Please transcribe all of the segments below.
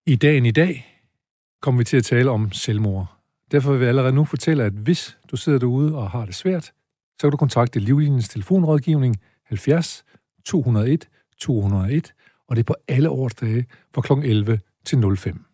I dagen i dag kommer vi til at tale om selvmord. Derfor vil jeg allerede nu fortælle, at hvis du sidder derude og har det svært, så kan du kontakte Livlinjens telefonrådgivning 70 201 201, og det er på alle årsdage fra kl. 11 til 05.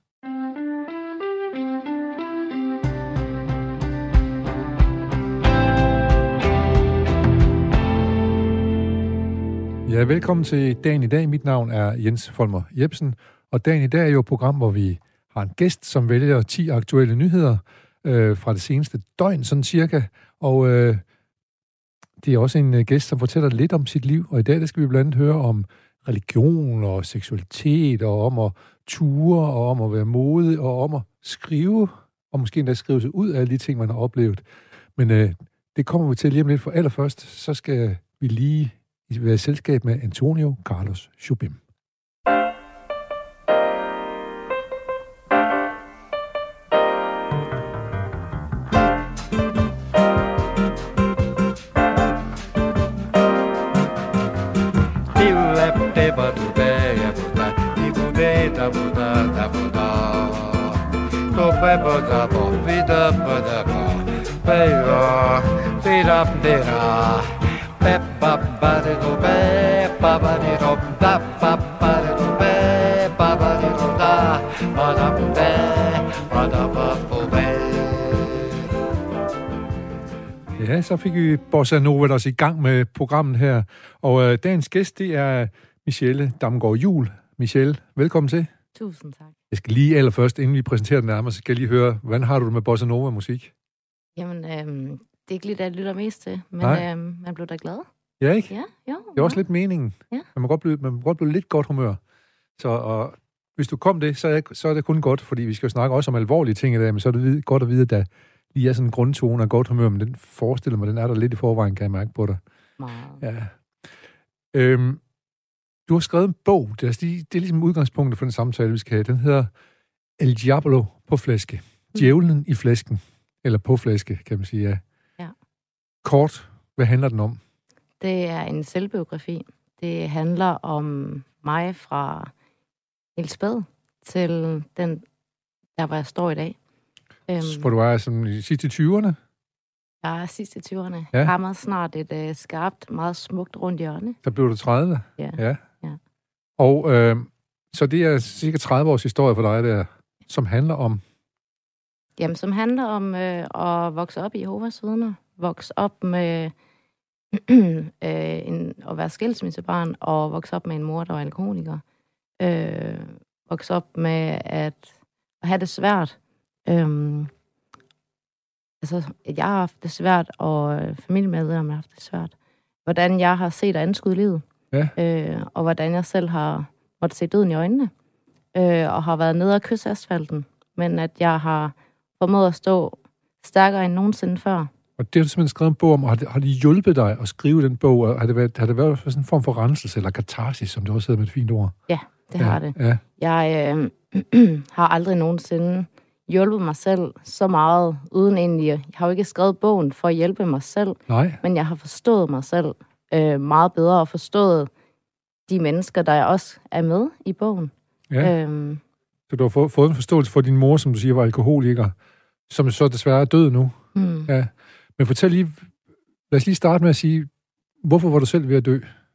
Ja, velkommen til Dagen i dag. Mit navn er Jens Folmer Jebsen, og Dagen i dag er jo et program, hvor vi har en gæst, som vælger 10 aktuelle nyheder fra det seneste døgn, sådan cirka. Og det er også en gæst, som fortæller lidt om sit liv, og i dag der skal vi blandt andet høre om religion og seksualitet, og om at ture, og om at være modig, og om at skrive, og måske endda skrive sig ud af alle de ting, man har oplevet. Men det kommer vi til lige om lidt, for allerførst, så skal vi lige være i selskab med Antonio Carlos Jobim. Ja, så fik vi Bossa Nova os i gang med programmet her. Og dagens gæst, det er Michelle Damgaard Juhl. Michelle, velkommen til. Tusind tak. Jeg skal lige allerførst, inden vi præsenterer den nærmere, så skal jeg lige høre, hvordan har du det med Bossa Nova-musik? Jamen, det er ikke lige det, jeg lytter mest til, men man blev da glad. Ja, ikke? Ja, jo. Det er også lidt meningen. Ja. Man må godt blive lidt godt humør. Så og hvis du kom det, så er det kun godt, fordi vi skal jo snakke også om alvorlige ting i dag, men så er det godt at vide, at der lige er sådan en grundtone af godt humør, men den forestiller mig, den er der lidt i forvejen, kan jeg mærke på dig. Meget. Ja. Du har skrevet en bog, det er ligesom udgangspunktet for den samtale, vi skal have. Den hedder El Diablo på flaske. Djævlen i flasken. Eller på flaske, kan man sige, ja. Ja. Kort, hvad handler den om? Det er en selvbiografi. Det handler om mig fra helt spæd til den, der hvor jeg står i dag. Hvor du er som i sidste 20'erne? Jeg er sidst i 20'erne. Ja. Jeg har meget snart et skarpt, meget smukt rundt hjørne. Så blev du 30? Ja. Og så det er cirka 30 års historie for dig der, som handler om? Jamen, som handler om at vokse op i Jehovas vidner. Vokse op med at være skilsmissebarn, og vokse op med en mor, der var alkoholiker. Vokse op med at have det svært. Jeg har haft det svært, og familiemedlemmer har haft det svært. Hvordan jeg har set og anskudt livet. Ja. Og hvordan jeg selv har måttet se døden i øjnene. Og har været nede og kysse asfalten. Men at jeg har formået at stå stærkere end nogensinde før. Og det har du simpelthen skrevet en bog om, og har de hjulpet dig at skrive den bog? Og har det været sådan en form for renselse, eller katarsis, som det også hedder med et fint ord? Ja, det har det. Ja. Jeg har aldrig nogensinde hjulpet mig selv så meget, uden egentlig. Jeg har jo ikke skrevet bogen for at hjælpe mig selv. Nej. Men jeg har forstået mig selv meget bedre, og forstået de mennesker, der også er med i bogen. Ja. Så du har fået en forståelse for din mor, som du siger, var alkoholiker, som så desværre er død nu. Ja. Men fortæl lige, lad os lige starte med at sige, hvorfor var du selv ved at dø?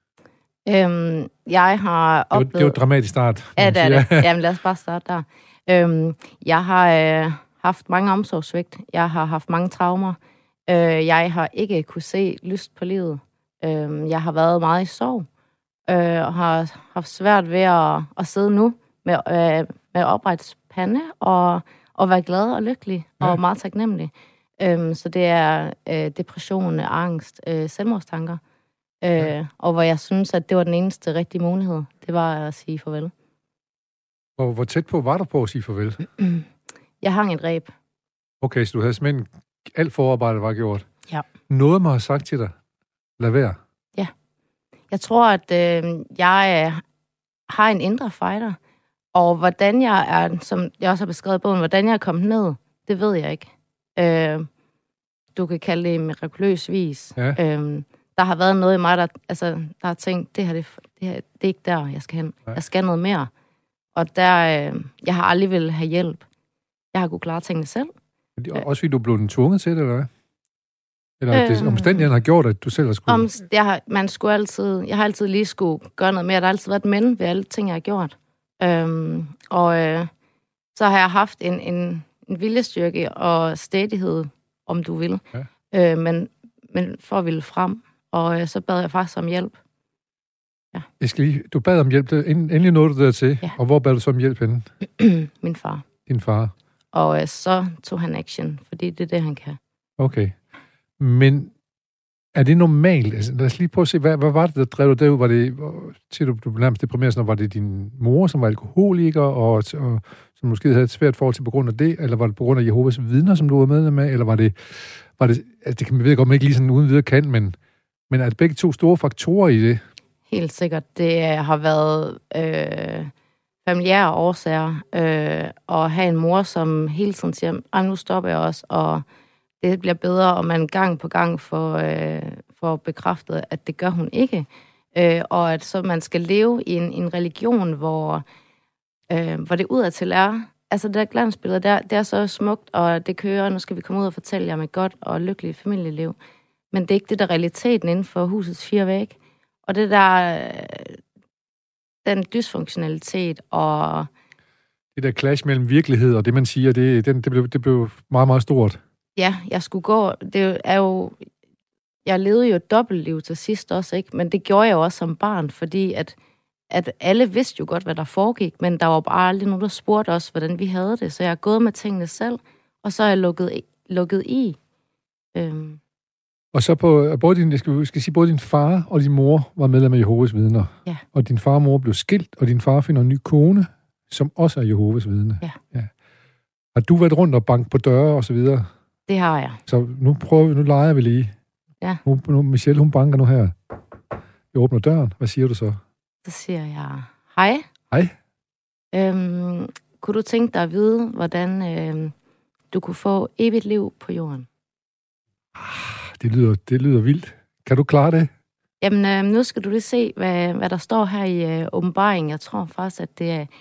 Jeg har oplevet... Det var et dramatisk start. Ja, det er det. Jamen, lad os bare starte der. Jeg har haft mange omsorgssvigt. Jeg har haft mange traumer. Jeg har ikke kunne se lyst på livet. Jeg har været meget i sorg. Og har haft svært ved at sidde nu med oprejst pande og være glad og lykkelig og meget taknemmelig. Så det er depression, angst, selvmordstanker. Og hvor jeg synes, at det var den eneste rigtige mulighed. Det var at sige farvel. Og hvor tæt på var du på at sige farvel? Jeg hang et reb. Okay, så du havde simpelthen alt forarbejdet var gjort? Ja. Noget må have sagt til dig. Lad være. Ja. Jeg tror, at jeg har en indre fighter. Og hvordan jeg er, som jeg også har beskrevet i bogen, hvordan jeg er kommet ned, det ved jeg ikke. Du kan kalde det mirakuløs vis. Ja. Der har været noget i mig, der har tænkt, det er ikke der, jeg skal hen. Nej. Jeg skal noget mere. Og der, jeg har aldrig ville have hjælp. Jeg har kunnet klare tingene selv. Også fordi du blev tvunget til det, eller hvad? Eller det omstændigheden har gjort, at du selv har skulle... Jeg har altid lige skulle gøre noget mere. Der har altid været et men ved alle ting, jeg har gjort. Så har jeg haft en viljestyrke og stædighed, om du vil. Ja. Men for at ville frem. Og så bad jeg faktisk om hjælp. Ja. Du bad om hjælp. Endelig nåede du der til. Ja. Og hvor bad du så om hjælp henne? Min far. Din far. Og så tog han action, fordi det er det, han kan. Okay. Men er det normalt? Altså, lad os lige prøve at se, hvad var det, der drev dig derud? Var det, til du blev nærmest deprimeret, så var det din mor, som var alkoholiker, og som måske havde et svært forhold til på grund af det, eller var det på grund af Jehovas vidner, som du var medlem af, eller var det altså det kan man ved godt, man ikke lige sådan uden videre kan, men er det begge to store faktorer i det? Helt sikkert. Det har været familiære årsager, og have en mor, som hele tiden siger, nu stopper jeg også, og det bliver bedre, og man gang på gang får bekræftet, at det gør hun ikke. Og at så man skal leve i en religion, hvor det udadtil er, altså det der glansbillede, det er så smukt, og det kører, nu skal vi komme ud og fortælle jer om et godt og lykkeligt familieliv. Men det er ikke det der realiteten inden for husets 4 vægge. Og det der, den dysfunktionalitet og... Det der clash mellem virkelighed og det, man siger, det blev meget, meget stort. Ja, jeg skulle gå... Det er jo... Jeg levede jo et dobbeltliv til sidst også, ikke? Men det gjorde jeg jo også som barn, fordi at alle vidste jo godt, hvad der foregik, men der var bare aldrig nogen, der spurgte os, hvordan vi havde det. Så jeg har gået med tingene selv, og så er jeg lukket i. Og så både din far og din mor var medlem af Jehovas vidner. Ja. Og din far og mor blev skilt, og din far finder en ny kone, som også er Jehovas vidne. Ja. Har du været rundt og banket på døre og så videre? Det har jeg. Så nu leger vi lige. Ja. Nu Michelle, hun banker nu her. Jeg åbner døren. Hvad siger du så? Så siger jeg, hej. Hej. Kunne du tænke dig at vide, hvordan du kunne få evigt liv på jorden? Det lyder vildt. Kan du klare det? Jamen, nu skal du lige se, hvad der står her i åbenbaringen. Jeg tror faktisk, at det er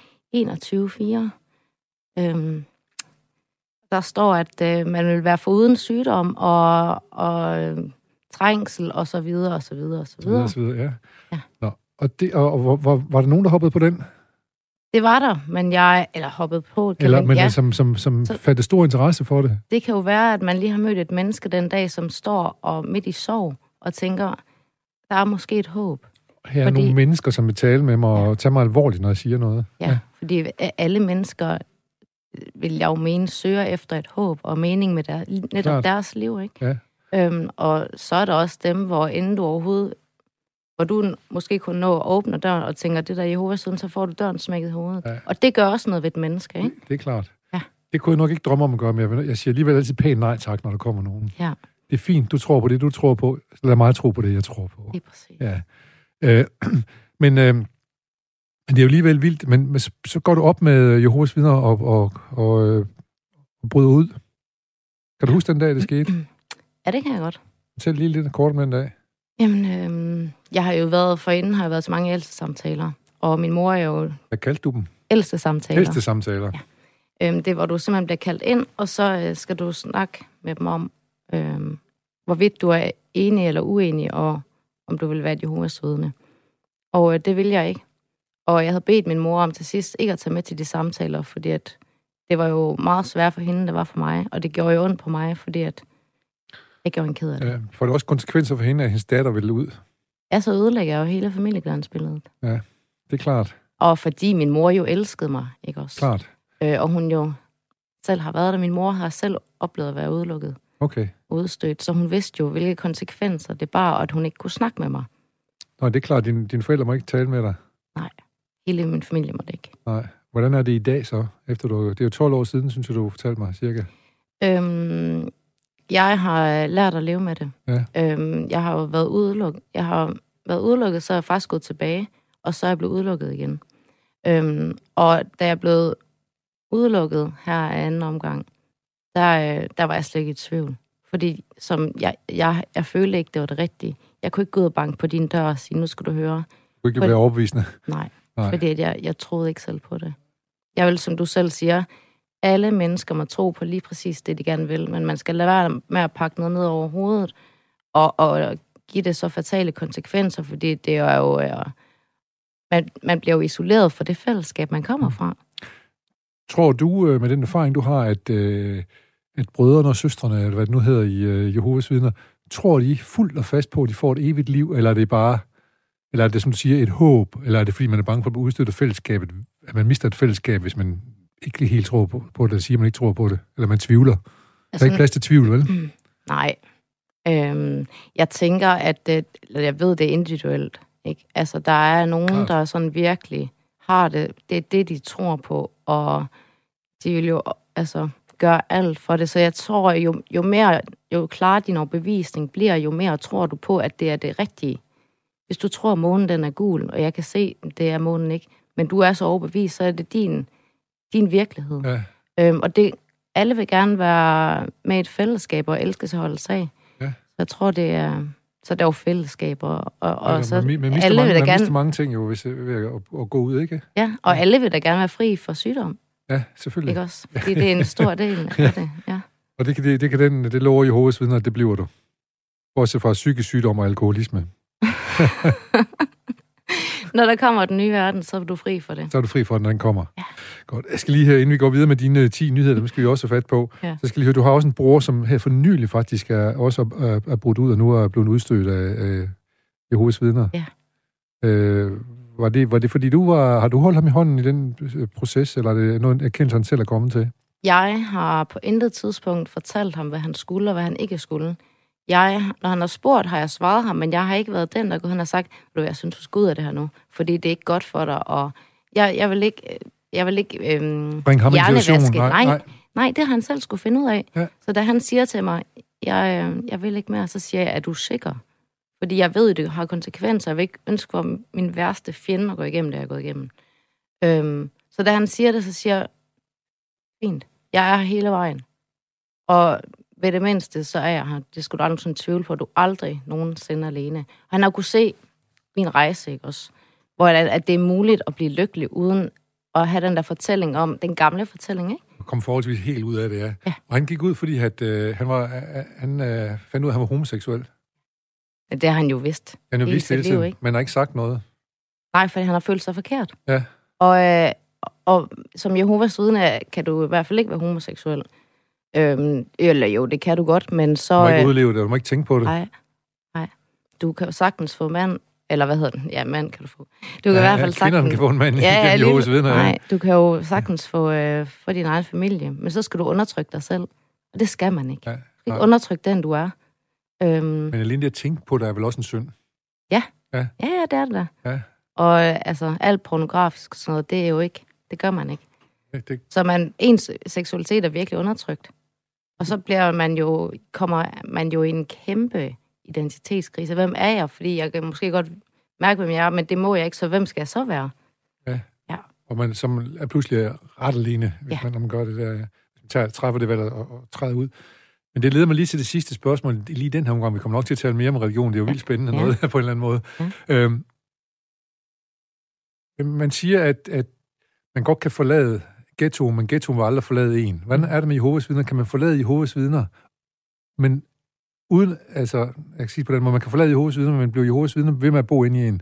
21.4. Der står, at man vil være foruden sygdom og trængsel og så videre og så videre og så videre. Og så videre, ja. Nå, og var der nogen, der hoppede på den? Det var der, men hoppede på. Som fattede stor interesse for det. Det kan jo være, at man lige har mødt et menneske den dag, som står og midt i sorg og tænker, der er måske et håb. Her er nogle mennesker, som vil tale med mig og tage mig alvorligt, når jeg siger noget. Ja, fordi alle mennesker, vil jeg jo mene, søger efter et håb og mening med netop deres liv, ikke? Ja. Og så er der også dem, hvor inden du overhovedet, hvor du måske kunne nå at åbne døren og tænker, det der Jehovas vidne, så får du døren smækket i hovedet. Ja. Og det gør også noget ved et menneske, ikke? Det er klart. Ja. Det kunne jeg nok ikke drømme om at gøre, men jeg siger alligevel altid pænt nej tak, når der kommer nogen. Ja. Det er fint, du tror på det, du tror på. Lad mig tro på det, jeg tror på. Det er præcis. Ja. Men det er jo alligevel vildt, men så går du op med Jehovas vidner og bryder ud. Kan du huske den dag, det skete? Ja, det kan jeg godt. Fortæl lige lidt kort med den dag. Jamen, jeg har jo været til mange ældstesamtaler, og min mor er jo... Hvad kaldte du dem? Ældstesamtaler. Ældstesamtaler. Ja. Det er, hvor du simpelthen bliver kaldt ind, og så skal du snakke med dem om, hvorvidt du er enig eller uenig, og om du vil være et Jehovas vidne. Og det vil jeg ikke. Og jeg havde bedt min mor om til sidst ikke at tage med til de samtaler, fordi at det var jo meget svært for hende, det var for mig, og det gjorde jo ondt på mig, fordi at jeg gjorde en ked af det. Ja, får det også konsekvenser for hende, at hendes datter ville ud? Ja, så ødelægger jeg jo hele familieglansbilledet. Ja, det er klart. Og fordi min mor jo elskede mig, ikke også? Klart. Og hun jo selv har været der. Min mor har selv oplevet at være udelukket. Okay. Udstødt, så hun vidste jo, hvilke konsekvenser det bar, og at hun ikke kunne snakke med mig. Nå, det er klart. Dine forældre må ikke tale med dig? Nej, hele min familie må det ikke. Nej. Hvordan er det i dag så? Det er jo 12 år siden, synes jeg, du fortalte mig, cirka. Jeg har lært at leve med det. Ja. Jeg har jo været udelukket. Så er jeg faktisk gået tilbage, og så er jeg blevet udelukket igen. Og da jeg blev udelukket her af anden omgang, der var jeg slet ikke i tvivl. Fordi jeg følte ikke, det var det rigtige. Jeg kunne ikke gå ud og banke på din dør og sige, nu skal du høre. Du kunne ikke være overbevisende? Nej. Fordi jeg troede ikke selv på det. jeg vil, som du selv siger, alle mennesker må tro på lige præcis det, de gerne vil, men man skal lade være med at pakke noget ned over hovedet, og give det så fatale konsekvenser, fordi det er jo... Man bliver jo isoleret fra det fællesskab, man kommer fra. Tror du, med den erfaring, du har, at brødrene og søstrene, eller hvad det nu hedder i Jehovas vidner, tror de fuldt og fast på, at de får et evigt liv, eller er det bare, eller er det, som du siger, et håb, eller er det, fordi man er bange for at udstøtte fællesskabet, at man mister et fællesskab, hvis man ikke helt tror på det, eller siger, man ikke tror på det, eller man tvivler? Der er ikke plads til tvivl, vel? Nej. Jeg tænker, at jeg ved, det er individuelt. Ikke? Altså, der er nogen, der sådan virkelig har det. Det er det, de tror på, og de vil jo gøre alt for det. Så jeg tror, jo klarere din overbevisning bliver, jo mere tror du på, at det er det rigtige. Hvis du tror, at månen den er gul, og jeg kan se, at det er månen ikke, men du er så overbevist, så er det din virkelighed. Ja. Og alle vil gerne være med i et fællesskab og elske sig at holde sig af. Ja. Så jeg tror, det er... Så der er jo fællesskaber, og så alle vil da gerne... Man mister mange ting jo, hvis ved at gå ud, ikke? Ja, og alle vil da gerne være fri for sygdom. Ja, selvfølgelig. Ikke også? Fordi det er en stor del af det, ja. Og det lover Jehovas vidner, at det bliver du. Bortset fra psykisk sygdom og alkoholisme. Når der kommer den nye verden, så er du fri for det. Så er du fri for den, når den kommer. Ja. Godt. Jeg skal lige her, inden vi går videre med dine 10 nyheder, dem skal vi også have fat på. Ja. Så skal lige høre, du har også en bror, som her for nylig faktisk er brudt ud, og nu er blevet udstødt af Jehovas vidner. Ja. Var det fordi har du holdt ham i hånden i den proces, eller er det noget erkendelse, han selv er kommet til? Jeg har på intet tidspunkt fortalt ham, hvad han skulle, og hvad han ikke skulle. Når han har spurgt, har jeg svaret ham, men jeg har ikke været den, der går hen og sagt, jeg synes, du skal ud af det her nu, fordi det er ikke godt for dig, og jeg vil ikke bringe ham i situation. Nej, det har han selv skulle finde ud af. Ja. Så da han siger til mig, jeg vil ikke mere, så siger jeg, er du sikker? Fordi jeg ved, at det har konsekvenser. Jeg vil ikke ønske for min værste fjende at gå igennem det, jeg er gået igennem. Så da han siger det, så siger jeg, fint, jeg er her hele vejen. Og ved det mindste, så er jeg her. Det skulle du aldrig sådan tvivle på, at du aldrig nogensinde alene. Og han har kunne se min rejse, ikke også? Hvor at det er muligt at blive lykkelig, uden at have den der fortælling om, den gamle fortælling, ikke? Og kom forholdsvis helt ud af det, ja. Og han gik ud, fordi han fandt ud af, at han var homoseksuel. Det har han jo vidst. Han har jo vidst hele tiden, men har ikke sagt noget. Nej, for han har følt sig forkert. Ja. Og som Jehovas vidne kan du i hvert fald ikke være homoseksuel. Eller jo, det kan du godt, men så... Du må ikke udleve det, du må ikke tænke på det. Nej. Du kan jo sagtens få mand, eller hvad hedder den? Ja, mand kan du få. Du kan i hvert fald sagtens... kan få en mand i Jehovas vidner. Nej, du kan jo sagtens få din egen familie, men så skal du undertrykke dig selv. Og det skal man ikke. Ja, du skal ikke undertrykke den, du er. Men alene det at tænke på, der er vel også en synd? Ja, det er det da. Ja. Og alt pornografisk og sådan noget, det er jo ikke... Det gør man ikke. Så ens seksualitet er virkelig undertrykt. Og så kommer man jo i en kæmpe identitetskrise. Hvem er jeg? Fordi jeg kan måske godt mærke, hvem jeg er, men det må jeg ikke, så hvem skal jeg så være? Ja. Og man som er pludselig ret alene, hvis man gør det der, træffer det valg og træder ud. Men det leder mig lige til det sidste spørgsmål, lige den her omgang. Vi kommer nok til at tale mere om religion, det er jo vildt spændende noget på en eller anden måde. Man siger, at man godt kan forlade ghettoen, men ghettoen vil aldrig forlade en. Hvordan er det med Jehovas vidner? Kan man forlade Jehovas vidner, men uden, jeg kan sige på den måde, man kan forlade Jehovas vidner, men bliver Jehovas vidner ved med at bo inde i en?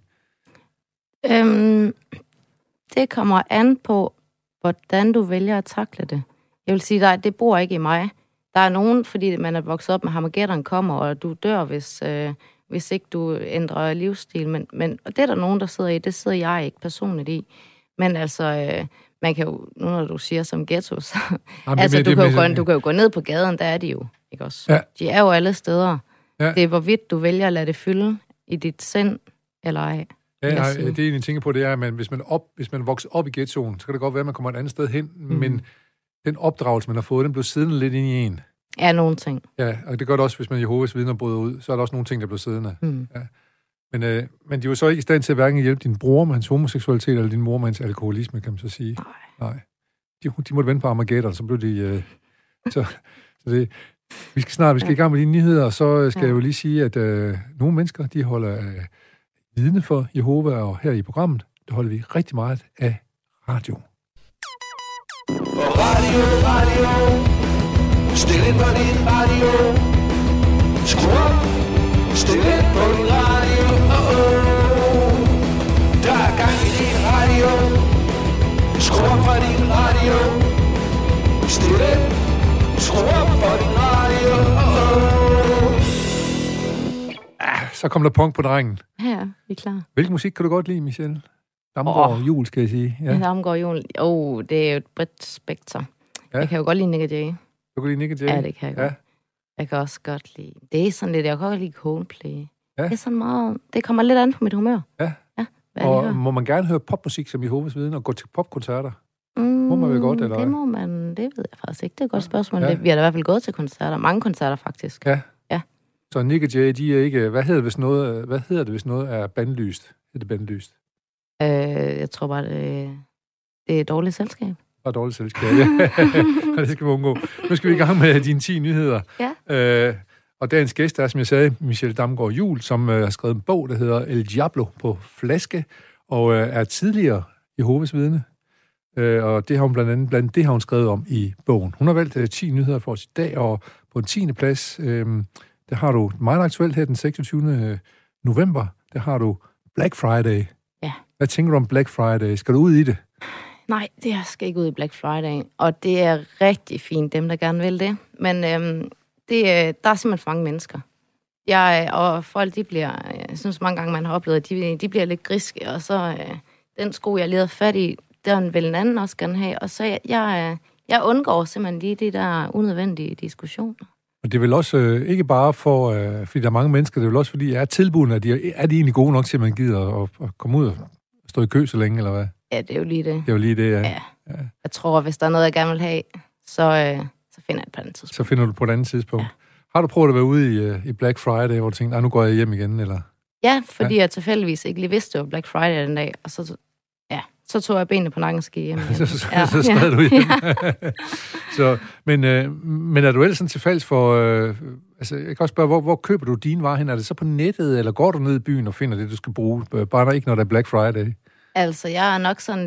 Det kommer an på, hvordan du vælger at takle det. Jeg vil sige, at det bor ikke i mig. Der er nogen, fordi man er vokset op med Armageddon kommer, og du dør, hvis ikke du ændrer livsstil. Men og det er der nogen, der sidder i. Det sidder jeg ikke personligt i. Men man kan jo, nu når du siger som ghetto, så... du kan jo gå ned på gaden, der er de jo, ikke også? Ja. De er jo alle steder. Ja. Det er, hvorvidt du vælger at lade det fylde i dit sind, eller ej. Ja, det jeg egentlig tænker på, det er, at hvis man vokser op i ghettoen, så kan det godt være, at man kommer et andet sted hen, men den opdragelse, man har fået, den bliver siddende lidt ind i en. Ja, nogle ting. Ja, og det gør det også, hvis man Jehovas vidner bryder ud, så er der også nogle ting, der bliver siddende. Ja. Men de var så ikke i stand til at hverken hjælpe din bror med hans homoseksualitet, eller din mor med hans alkoholisme, kan man så sige. Nej. De måtte vente på Armageddon, så blev de... så det... Vi skal i gang med de nyheder, og så skal jeg jo lige sige, at nogle mennesker, de holder vidne for Jehova, og her i programmet, der holder vi rigtig meget af radio. radio. Stil ind på din radio. Skru op. Stil ind på din radio. Der er gang i din radio. Skru op for din radio. Stil ind. Skru op for din radio. Så kom der punk på drengen. Ja, vi er klar. Hvilken musik kan du godt lide, Michelle? Damgaard Jul, skal jeg sige. Ja. Damgaard Jul. Det er jo et bredt spekter. Ja. Jeg kan jo godt lide Nick Jay. Du kan lide Nick Jay? Ja, det kan jeg godt. Jeg kan også godt lide... Det er sådan lidt... Jeg kan godt lide Coldplay. Ja. Det er sådan meget... Det kommer lidt an på mit humør. Ja. Og må man gerne høre popmusik som Jehovas Vidner og gå til popkoncerter? Må man vel godt, eller? Det må man... Det ved jeg faktisk ikke. Det er et godt spørgsmål. Ja. Vi har da i hvert fald gået til koncerter. Mange koncerter, faktisk. Ja. Så Nick og Jay, de er ikke... Hvad hedder det, hvis noget er bandlyst? Er det bandlyst? Jeg tror bare, det er dårligt selskab. Og dårligt selskab, ja. Det skal vi undgå. Nu skal vi i gang med dine 10 nyheder. Ja. Og dagens gæst er, som jeg sagde, Michelle Damgaard Jul, som har skrevet en bog, der hedder El Diablo på flaske, og er tidligere Jehovas Vidne. Og det har hun blandt det har hun skrevet om i bogen. Hun har valgt 10 nyheder for os i dag, og på en 10. plads, der har du meget aktuelt her den 26. november, der har du Black Friday. Ja. Hvad tænker du om Black Friday? Skal du ud i det? Nej, det skal ikke ud i Black Friday. Og det er rigtig fint, dem der gerne vil det. Men der er simpelthen for mange mennesker. Og folk, de bliver... Jeg synes mange gange, man har oplevet, at de bliver lidt griske. Og så den sko, jeg leder fat i, den vil en anden også gerne have. Og så jeg undgår simpelthen lige de der unødvendige diskussioner. Og det er vel også ikke bare fordi der er mange mennesker, det er vel også fordi, er tilbudene, er de egentlig gode nok til, at man gider at komme ud og stå i kø så længe, eller hvad? Ja, det er jo lige det. Det er jo lige det, ja. Jeg tror, hvis der er noget, jeg gerne vil have, så finder jeg det på et andet tidspunkt. Så finder du det på et andet tidspunkt. Ja. Har du prøvet at være ude i Black Friday, hvor du tænkte, nu går jeg hjem igen, eller? Ja, fordi jeg tilfældigvis ikke lige vidste, det var Black Friday den dag, og så tog jeg benene på nakken og skete hjem. så skred du hjem. Så, men er du ellers sådan tilfælds for... jeg kan også spørge, hvor køber du dine varer hen? Er det så på nettet, eller går du ned i byen og finder det, du skal bruge? Bare ikke, når der er Black Friday. Altså, jeg er nok sådan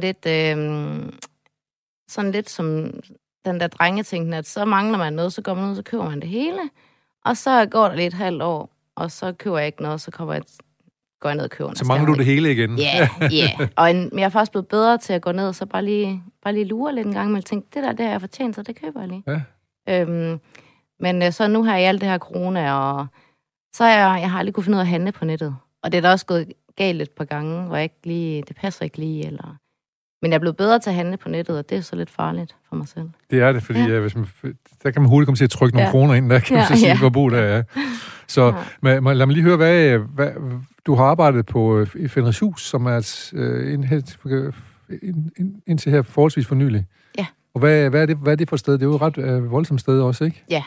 lidt som den der drengeting, at så mangler man noget, så går man ud, så køber man det hele. Og så går der lidt et halvt år, og så køber jeg ikke noget, så går jeg ned og køber. Så mangler du det hele igen? Ja. Og jeg er faktisk blevet bedre til at gå ned, og så bare lige lure lidt en gang, men tænke, det har jeg fortjent, så det køber jeg lige. Ja. Men så nu har jeg alt det her corona, og så jeg har aldrig kunne finde ud af at handle på nettet. Og det er da også gået galt et par gange, hvor det passer ikke lige, eller... Men jeg er blevet bedre til at handle på nettet, og det er så lidt farligt for mig selv. Det er det, fordi der kan man hurtigt komme til at trykke nogle kroner ind, der kan man så sige, hvor bo der er. Så lad mig lige høre, hvad du har arbejdet på i Fenrichshus, som er indtil her forholdsvis for nylig. Ja. Og hvad er det for et sted? Det er jo et ret voldsomt sted også, ikke? Ja.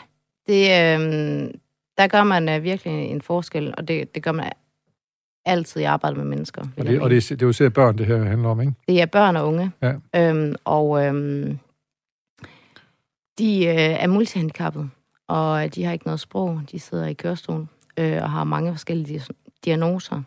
Der gør man virkelig en forskel, og det gør man altid i arbejde med mennesker. Og det er jo især børn, det her handler om, ikke? Det er børn og unge. Ja. De er multihandicappede, og de har ikke noget sprog. De sidder i kørestol og har mange forskellige diagnoser,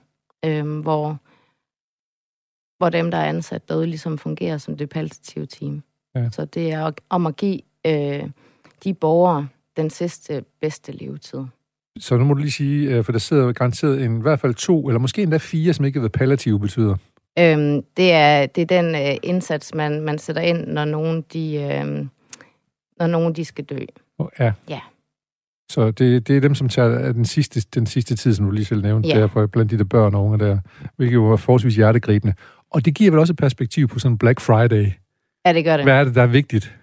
hvor dem, der er ansat derude, ligesom fungerer som det palliative team. Ja. Så det er om at give de borgere den bedste levetid. Så nu må du lige sige, for der sidder garanteret i hvert fald 2, eller måske endda 4, som ikke ved palliativ betyder. Det er den indsats, man sætter ind, når nogen de skal dø. Ja. Så det er dem, som tager den sidste tid, som du lige selv nævnte, derfor blandt de der børn og unge der, hvilket jo var forholdsvis hjertegribende. Og det giver vel også et perspektiv på sådan Black Friday? Ja, det gør det. Hvad er det, der er vigtigt?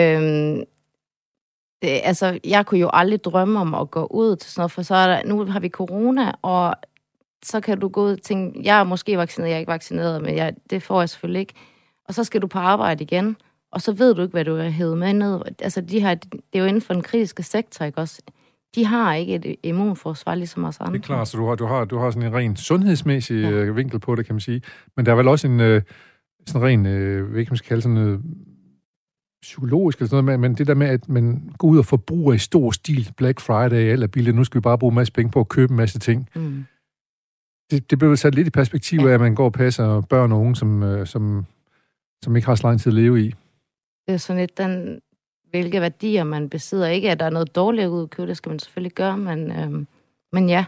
Jeg kunne jo aldrig drømme om at gå ud til sådan noget, for så nu har vi corona, og så kan du gå ud og tænke, jeg er måske vaccineret, jeg er ikke vaccineret, men det får jeg selvfølgelig ikke. Og så skal du på arbejde igen, og så ved du ikke, hvad du har hævet med ned. Altså, det er jo inden for den kritiske sektor, ikke også? De har ikke et immunforsvar, ligesom os andre. Det er klart, så du har sådan en ren sundhedsmæssig vinkel på det, kan man sige. Men der er vel også en sådan ren, hvad kan man kalde sådan noget, psykologisk eller sådan noget, men det der med, at man går ud og forbruger i stor stil Black Friday eller billigt, nu skal vi bare bruge en masse penge på at købe en masse ting. Mm. Det bliver sat lidt i perspektiv af, at man går og passer børn og unge, som ikke har så lang tid at leve i. Det er sådan lidt hvilke værdier man besidder. Ikke, at der er noget dårligt ud at købe, det skal man selvfølgelig gøre, men ja.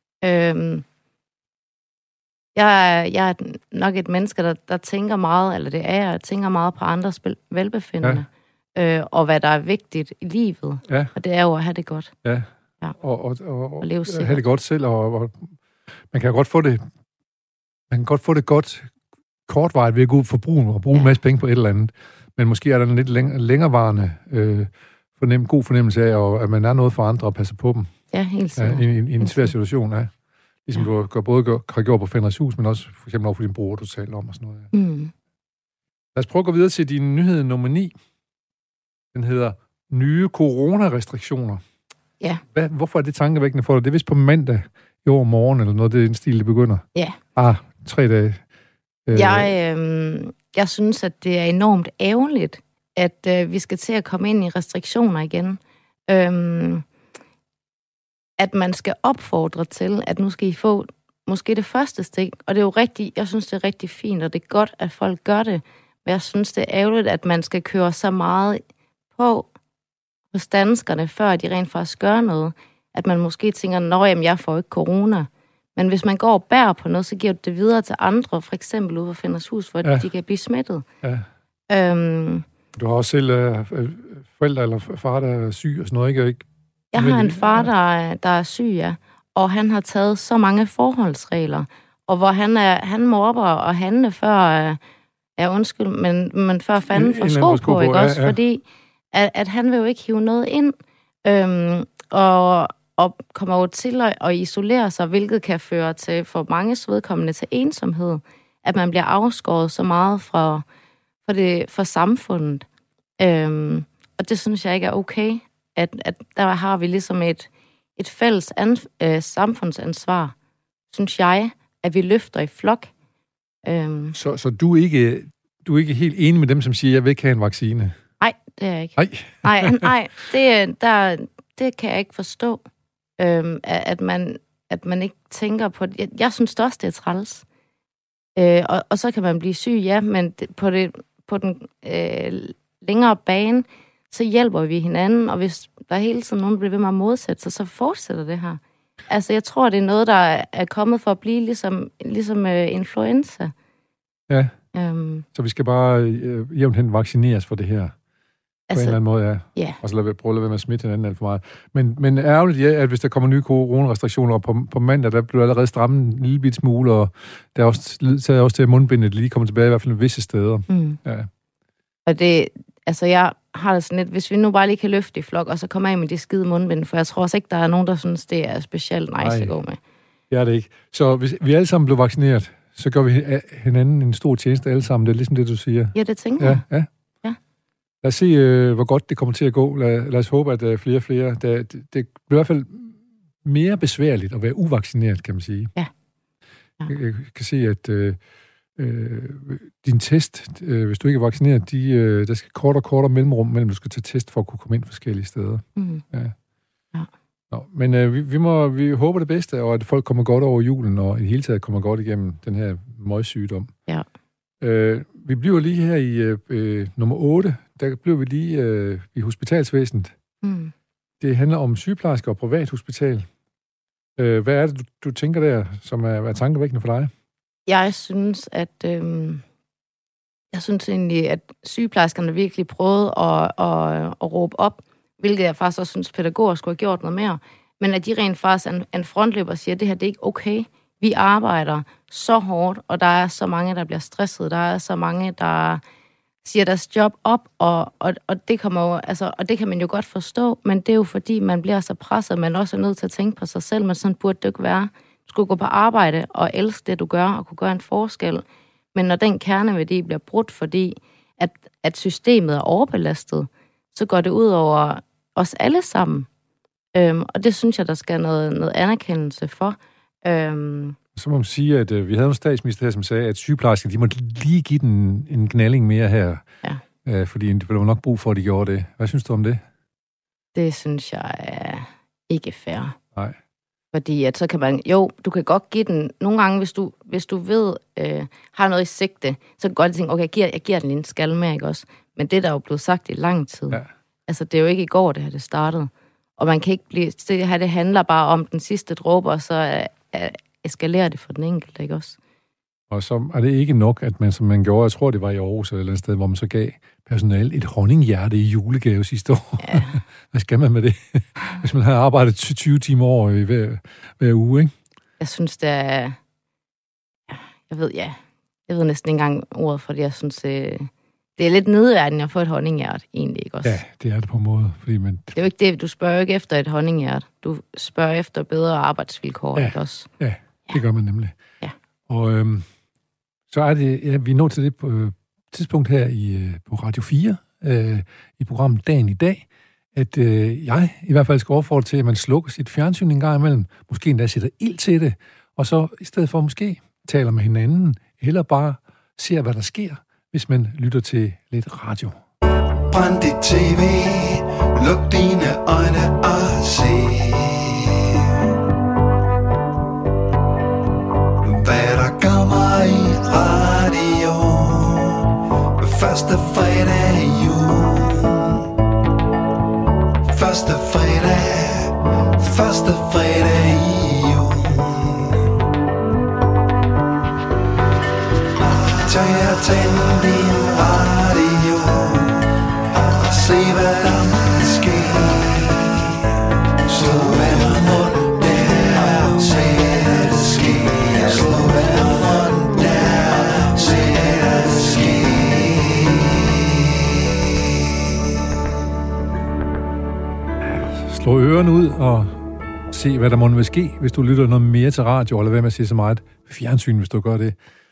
Jeg er nok et menneske, der tænker meget, eller det er, jeg tænker meget på andres velbefindende, og hvad der er vigtigt i livet. Ja. Og det er jo at have det godt. Ja. Og leve sikkert. Have det godt selv, og man kan godt få det godt kortvarigt ved at gå ud for brugen og bruge en masse penge på et eller andet. Men måske er der en lidt længerevarende god fornemmelse af, at man er noget for andre og passer på dem. Ja, helt sikkert. I en svær situation, ja. Ligesom du har gjort på Fenriks Hus, men også for eksempel over for din bror, du talte om og sådan noget. Ja. Lad os prøve at gå videre til din nyhed nummer 9. Den hedder nye coronarestriktioner. Ja. Hvorfor er det tankevækkende for dig? Det er vist på mandag i overmorgen, eller noget, det er en stil, det begynder. Ja. 3 dage. Jeg synes, at det er enormt ærgerligt, at vi skal til at komme ind i restriktioner igen. At man skal opfordre til, at nu skal I få måske det første stik. Og det er jo jeg synes, det er rigtig fint, og det er godt, at folk gør det. Men jeg synes, det er ærgerligt, at man skal køre så meget på hos danskerne, før de rent faktisk gør noget. At man måske tænker, jamen, jeg får ikke corona. Men hvis man går og bærer på noget, så giver det videre til andre, for eksempel ude på Fenriks Hus, for at de kan blive smittet. Ja. Du har også selv forældre eller far, der er syg og sådan noget, ikke? Jeg har en far, der er syg, ja. Og han har taget så mange forholdsregler. Og hvor han mobber og handle før, undskyld, men før fanden får sko på, ikke også? Ja. Fordi at han vil jo ikke hive noget ind. Og kommer jo til at isolere sig, hvilket kan føre til for manges vedkommende til ensomhed. At man bliver afskåret så meget fra samfundet. Og det synes jeg ikke er okay. At der har vi ligesom et fælles samfundsansvar, synes jeg, at vi løfter i flok. Så du er ikke helt enig med dem, som siger, at jeg vil ikke have en vaccine? Nej, det er jeg ikke. Nej, det kan jeg ikke forstå. At man ikke tænker på det. Jeg synes også, det er træls. Og så kan man blive syg, ja, men på den længere bane, så hjælper vi hinanden, og hvis der hele tiden nogen bliver ved med at modsætte sig, så fortsætter det her. Altså, jeg tror, det er noget, der er kommet for at blive ligesom influenza. Ja. Så vi skal bare jævnt hen vaccineres for det her. På en eller anden måde, ja. Yeah. Og så prøve at lade være med at smitte hinanden alt for meget. Men ærgerligt, ja, at hvis der kommer nye coronarestriktioner på mandag, der bliver allerede strammet en lille bit smule, og der er også til at mundbindet lige kommer tilbage, i hvert fald visse steder. Ja. Og det, jeg har det sådan lidt, hvis vi nu bare lige kan løfte i flok, og så kommer af med de skide mundbind, for jeg tror også ikke, der er nogen, der synes, det er specielt nice at gå med. Det er det ikke. Så hvis vi alle sammen bliver vaccineret, så gør vi hinanden en stor tjeneste alle sammen. Det er ligesom det, du siger. Ja, det tænker jeg. Ja. Lad os se, hvor godt det kommer til at gå. Lad os håbe, at flere og flere... Det bliver i hvert fald mere besværligt at være uvaccineret, kan man sige. Ja. Jeg kan se, at din test, hvis du ikke er vaccineret, der skal kortere mellemrum mellem, du skal tage test for at kunne komme ind forskellige steder. Ja. Nå, men vi håber det bedste, og at folk kommer godt over julen, og i det hele taget kommer godt igennem den her møgsygdom. Ja. Vi bliver lige her i nummer 8. Der bliver vi lige i hospitalsvæsenet. Det handler om sygeplejersker og privathospital. Hvad er det, du tænker der, som er tankevækkende for dig? Jeg synes, egentlig, at sygeplejerskerne virkelig prøvede at råbe op, hvilket jeg faktisk også synes, pædagoger skulle have gjort noget mere. Men at de rent faktisk er en frontløber og siger, at det her det er ikke okay. Vi arbejder så hårdt, og der er så mange, der bliver stresset. Der er så mange, der siger deres job op, og det kommer jo, og det kan man jo godt forstå, men det er jo fordi, man bliver så presset, man også er nødt til at tænke på sig selv, men sådan burde det ikke være. Du skulle gå på arbejde og elske det, du gør, og kunne gøre en forskel. Men når den kerneværdi bliver brudt, fordi at systemet er overbelastet, så går det ud over os alle sammen. Og det synes jeg, der skal noget anerkendelse for. Så må man sige, at vi havde en statsminister her, som sagde, at sygeplejersker, de må lige give den en knalding mere her. Ja. Fordi de ville nok brug for, at de gjorde det. Hvad synes du om det? Det synes jeg er ikke fair. Nej. Fordi at så kan man, du kan godt give den, nogle gange, hvis du ved, har noget i sigte, så kan du godt tænke, okay, jeg giver den en skal med, ikke også? Men det der er jo blevet sagt i lang tid. Altså, det er jo ikke i går, det startede. Og man kan ikke blive... Det her, det handler bare om den sidste dråbe, og så eskalerer det for den enkelte, ikke også? Og så er det ikke nok, at man, som man gjorde, jeg tror, det var i Aarhus eller et eller andet sted, hvor man så gav personale et honninghjerte i julegave sidste år. Ja. Hvad skal man med det? Hvis man har arbejdet 20 timer over i hver uge, ikke? Jeg synes, det er... Jeg ved næsten ikke engang ordet for det. Jeg synes, det er lidt nedværdigt at få et honninghjerte, egentlig, ikke også? Ja, det er det på en måde. Fordi man... Det er jo ikke det. Du spørger jo ikke efter et honninghjerte. Du spørger efter bedre arbejdsvilkår, ikke også? Ja, det gør man nemlig. Ja. Og så er det... vi er nået til det på tidspunkt her på Radio 4, i programmet Dagen i dag, at jeg i hvert fald skal overfordre til, at man slukker sit fjernsyn en gang imellem, måske endda sætter ild til det, og så i stedet for måske taler med hinanden, eller bare ser, hvad der sker, hvis man lytter til lidt radio. Brænd dit tv, luk dine øjne og se, hvad der kommer i radio. Første fredag i jul, første fredag i jul. Tag og tænd din radio og se hvad der må ske. Slå munden der, se det ske. Slå munden der, se det ske. Slå ørerne ud og se, hvad der må vil ske, hvis du lytter noget mere til radio, eller hvad man siger så meget fjernsyn, hvis du gør det.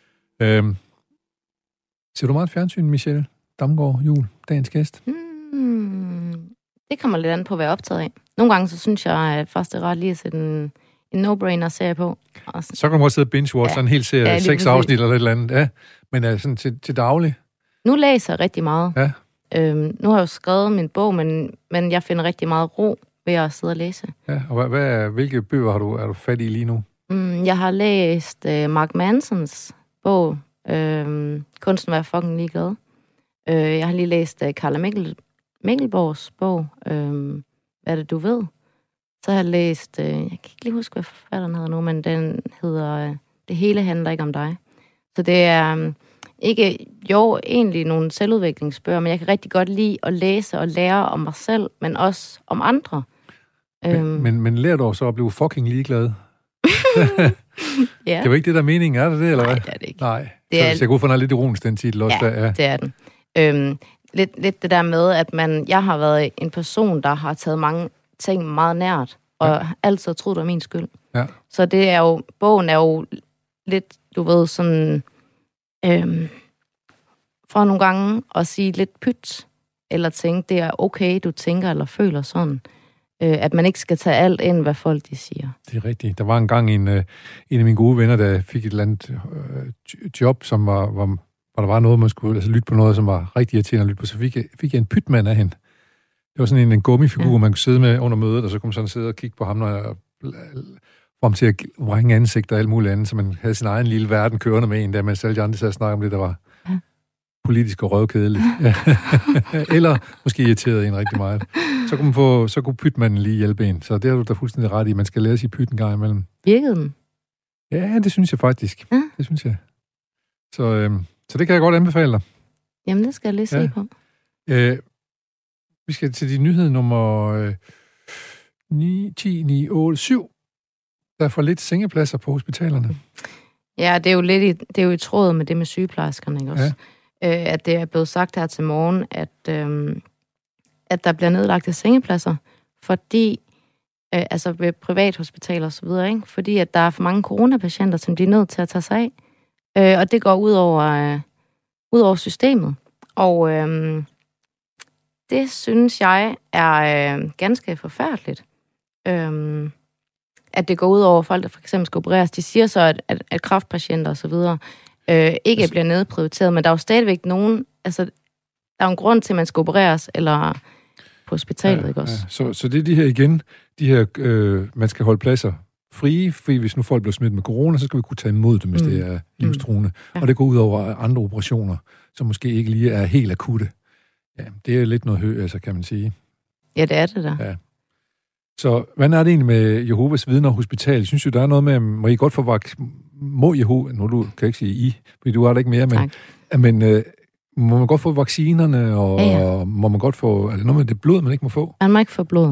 Ser du meget fjernsyn, Michelle Damgaard Juhl, dagens gæst? Det kommer lidt an på, hvad jeg er optaget af. Nogle gange, så synes jeg faktisk, det er ret lige at sætte en no-brainer-serie på. Så kan du også sidde og binge-watch sådan en hel serie, 6 afsnit eller et eller andet. Ja. Men sådan til daglig? Nu læser jeg rigtig meget. Ja. Nu har jeg jo skrevet min bog, men jeg finder rigtig meget ro ved at sidde og læse. Ja, og hvilke bøger er du fat i lige nu? Jeg har læst Mark Mansons bog, Kunsten at være fucking ligeglad. Jeg har lige læst Carla Mikkelborgs bog, Hvad er det, du ved? Så har jeg læst, jeg kan ikke lige huske, hvad forfatteren hedder nu, men den hedder Det hele handler ikke om dig. Så det er ikke, egentlig nogle selvudviklingsbøger, men jeg kan rigtig godt lide at læse og lære om mig selv, men også om andre. Men lærer du så at blive fucking ligeglad? Ja. Det var ikke det, der meningen er det, eller hvad? Nej, det er det ikke. Nej, så jeg kunne få noget lidt ironisk, den titel også. Ja, der, ja, det er den. Lidt det der med, at jeg har været en person, der har taget mange ting meget nært, og altid troet, det var min skyld. Ja. Så det er jo, bogen er jo lidt, du ved, sådan, for nogle gange at sige lidt pyt, eller tænke, det er okay, du tænker eller føler sådan. At man ikke skal tage alt ind, hvad folk de siger. Det er rigtigt. Der var engang en af mine gode venner, der fik et eller andet job, som hvor der var noget, man skulle lytte på noget, som var rigtig irriterende at lytte på, så fik jeg en pytmand af hende. Det var sådan en gummifigur, man kunne sidde med under mødet, og så kunne man sådan sidde og kigge på ham, og få ham til at vrænge ansigt og alt muligt andet, så man havde sin egen lille verden kørende med en der, mens alle de andre sad og snakkede om det, der var politisk og røvkedeligt. Eller måske irriteret en rigtig meget. Så kunne pytmanden lige hjælpe en. Så det har du da fuldstændig ret i. Man skal lære sig pyt en gang imellem. Virkede den? Ja, det synes jeg faktisk. Ja. Det synes jeg. Så det kan jeg godt anbefale dig. Jamen, det skal jeg lige se på. Vi skal til de nyheder nummer 9, 10, 9, 8, 7. Der er for lidt sengepladser på hospitalerne. Ja, det er jo i tråd med det med sygeplejerskerne, ikke også? Ja. At det er blevet sagt her til morgen, at der bliver nedlagt af sengepladser, fordi, altså ved privathospitaler og så videre, ikke? Fordi at der er for mange coronapatienter, som de er nødt til at tage sig af. Og det går ud over systemet. Og det synes jeg er ganske forfærdeligt. At det går ud over folk, der for eksempel skal opereres. De siger så, at kræftpatienter og så videre ikke bliver nedprioriteret, men der er jo stadigvæk nogen, altså der er jo en grund til, at man skal opereres, eller på hospitalet, ikke også? Ja. Så det er de her igen, man skal holde pladser frie, fordi hvis nu folk bliver smittet med corona, så skal vi kunne tage imod dem, hvis det er livstruende. Ja. Og det går ud over andre operationer, som måske ikke lige er helt akutte. Ja, det er lidt noget altså kan man sige. Ja, det er det da. Ja. Så hvad er det egentlig med Jehovas Vidner Hospital? Jeg synes jo, der er noget med, må I godt få må Jehova, nu du kan ikke sige I, fordi du har det ikke mere, men må man godt få vaccinerne, og ja. Må man godt få, er det noget med det blod, man ikke må få? Man må ikke få blod.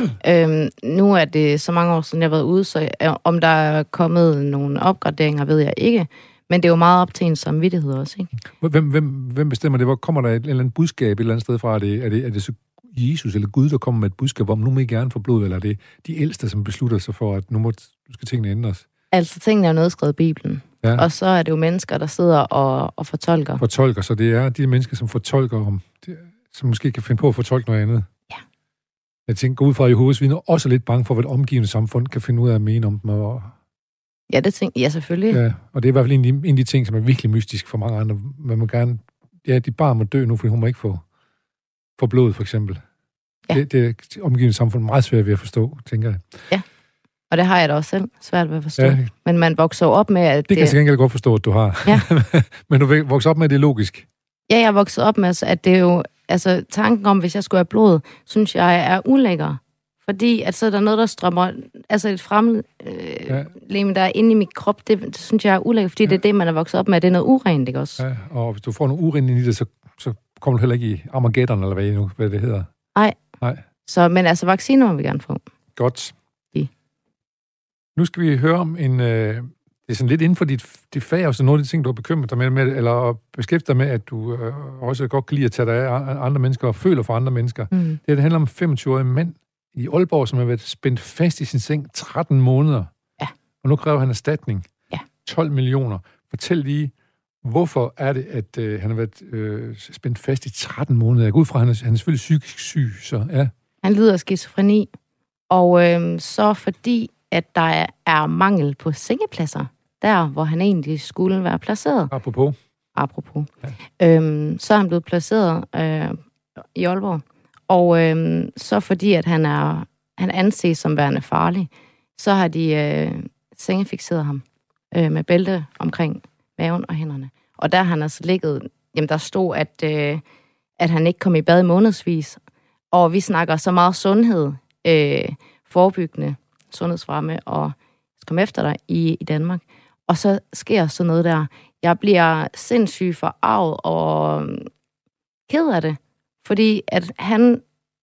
Nu er det så mange år siden, jeg har været ude, så om der er kommet nogle opgraderinger, ved jeg ikke. Men det er jo meget op til en samvittighed også, ikke? Hvem bestemmer det? Hvor kommer der et eller andet budskab et eller andet sted fra? Er det så Jesus eller Gud, der kommer med et budskab om, nu må I gerne få blod, eller er det de ældste, som beslutter sig for, at nu skal tingene ændres? Altså, tingene er jo nedskrevet i Bibelen. Ja. Og så er det jo mennesker, der sidder og fortolker. Fortolker, så det er de mennesker, som fortolker om, som måske kan finde på at fortolke noget andet. Ja. Jeg tænker, ud fra Jehovas Vidner også lidt bange for, hvad et omgivende samfund kan finde ud af at mene om dem. Ja, det tænker jeg selvfølgelig. Ja, og det er i hvert fald en af de ting, som er virkelig mystisk for mange andre. Man må gerne, de bare må dø nu, fordi hun må ikke få blod, for eksempel. Ja. Det omgivende samfund meget svært ved at forstå, tænker jeg. Ja. Og det har jeg da også selv svært ved at forstå. Ja. Men man vokser op med, at det kan jeg til gengæld godt forstå, at du har. Ja. Men du vokser op med, at det er logisk. Ja, jeg vokset op med, at det er jo... Altså, tanken om, hvis jeg skulle have blod, synes jeg er ulækker. Fordi at så er der noget, der strømmer... Altså, et fremmedlegeme, der er inde i min krop, det synes jeg er ulækker, fordi det er det, man er vokset op med. Det er noget urent, ikke også? Ja, og hvis du får noget urent i det, så kommer du heller ikke i Armageddon, eller hvad det hedder. Nej. Så, men altså, vacciner må vi gerne få. Godt. Nu skal vi høre om det er sådan lidt inden for dit fag, og så nogle af de ting, du har bekymret dig med, eller beskæftiget dig med, at du også godt kan lide at tage dig af andre mennesker, og føler for andre mennesker. Mm. Det handler om en 25-årig mand i Aalborg, som har været spændt fast i sin seng 13 måneder. Ja. Og nu kræver han erstatning. Ja. 12 millioner. Fortæl lige, hvorfor er det, at han har været spændt fast i 13 måneder? Jeg går ud fra, at han er selvfølgelig psykisk syg, så ja. Han lider af skizofreni, og så fordi at der er mangel på sengepladser, der hvor han egentlig skulle være placeret. Apropos. Ja. Så er han blevet placeret i Aalborg. Og så fordi, at han anses som værende farlig, så har de sengefikseret ham med bælte omkring maven og hænderne. Og der har han altså ligget, der stod, at han ikke kom i bad i månedsvis. Og vi snakker så meget sundhed, forebyggende sundhedsfremme og komme efter dig i Danmark. Og så sker sådan noget der. Jeg bliver sindssygt forarvet og ked af det, fordi at han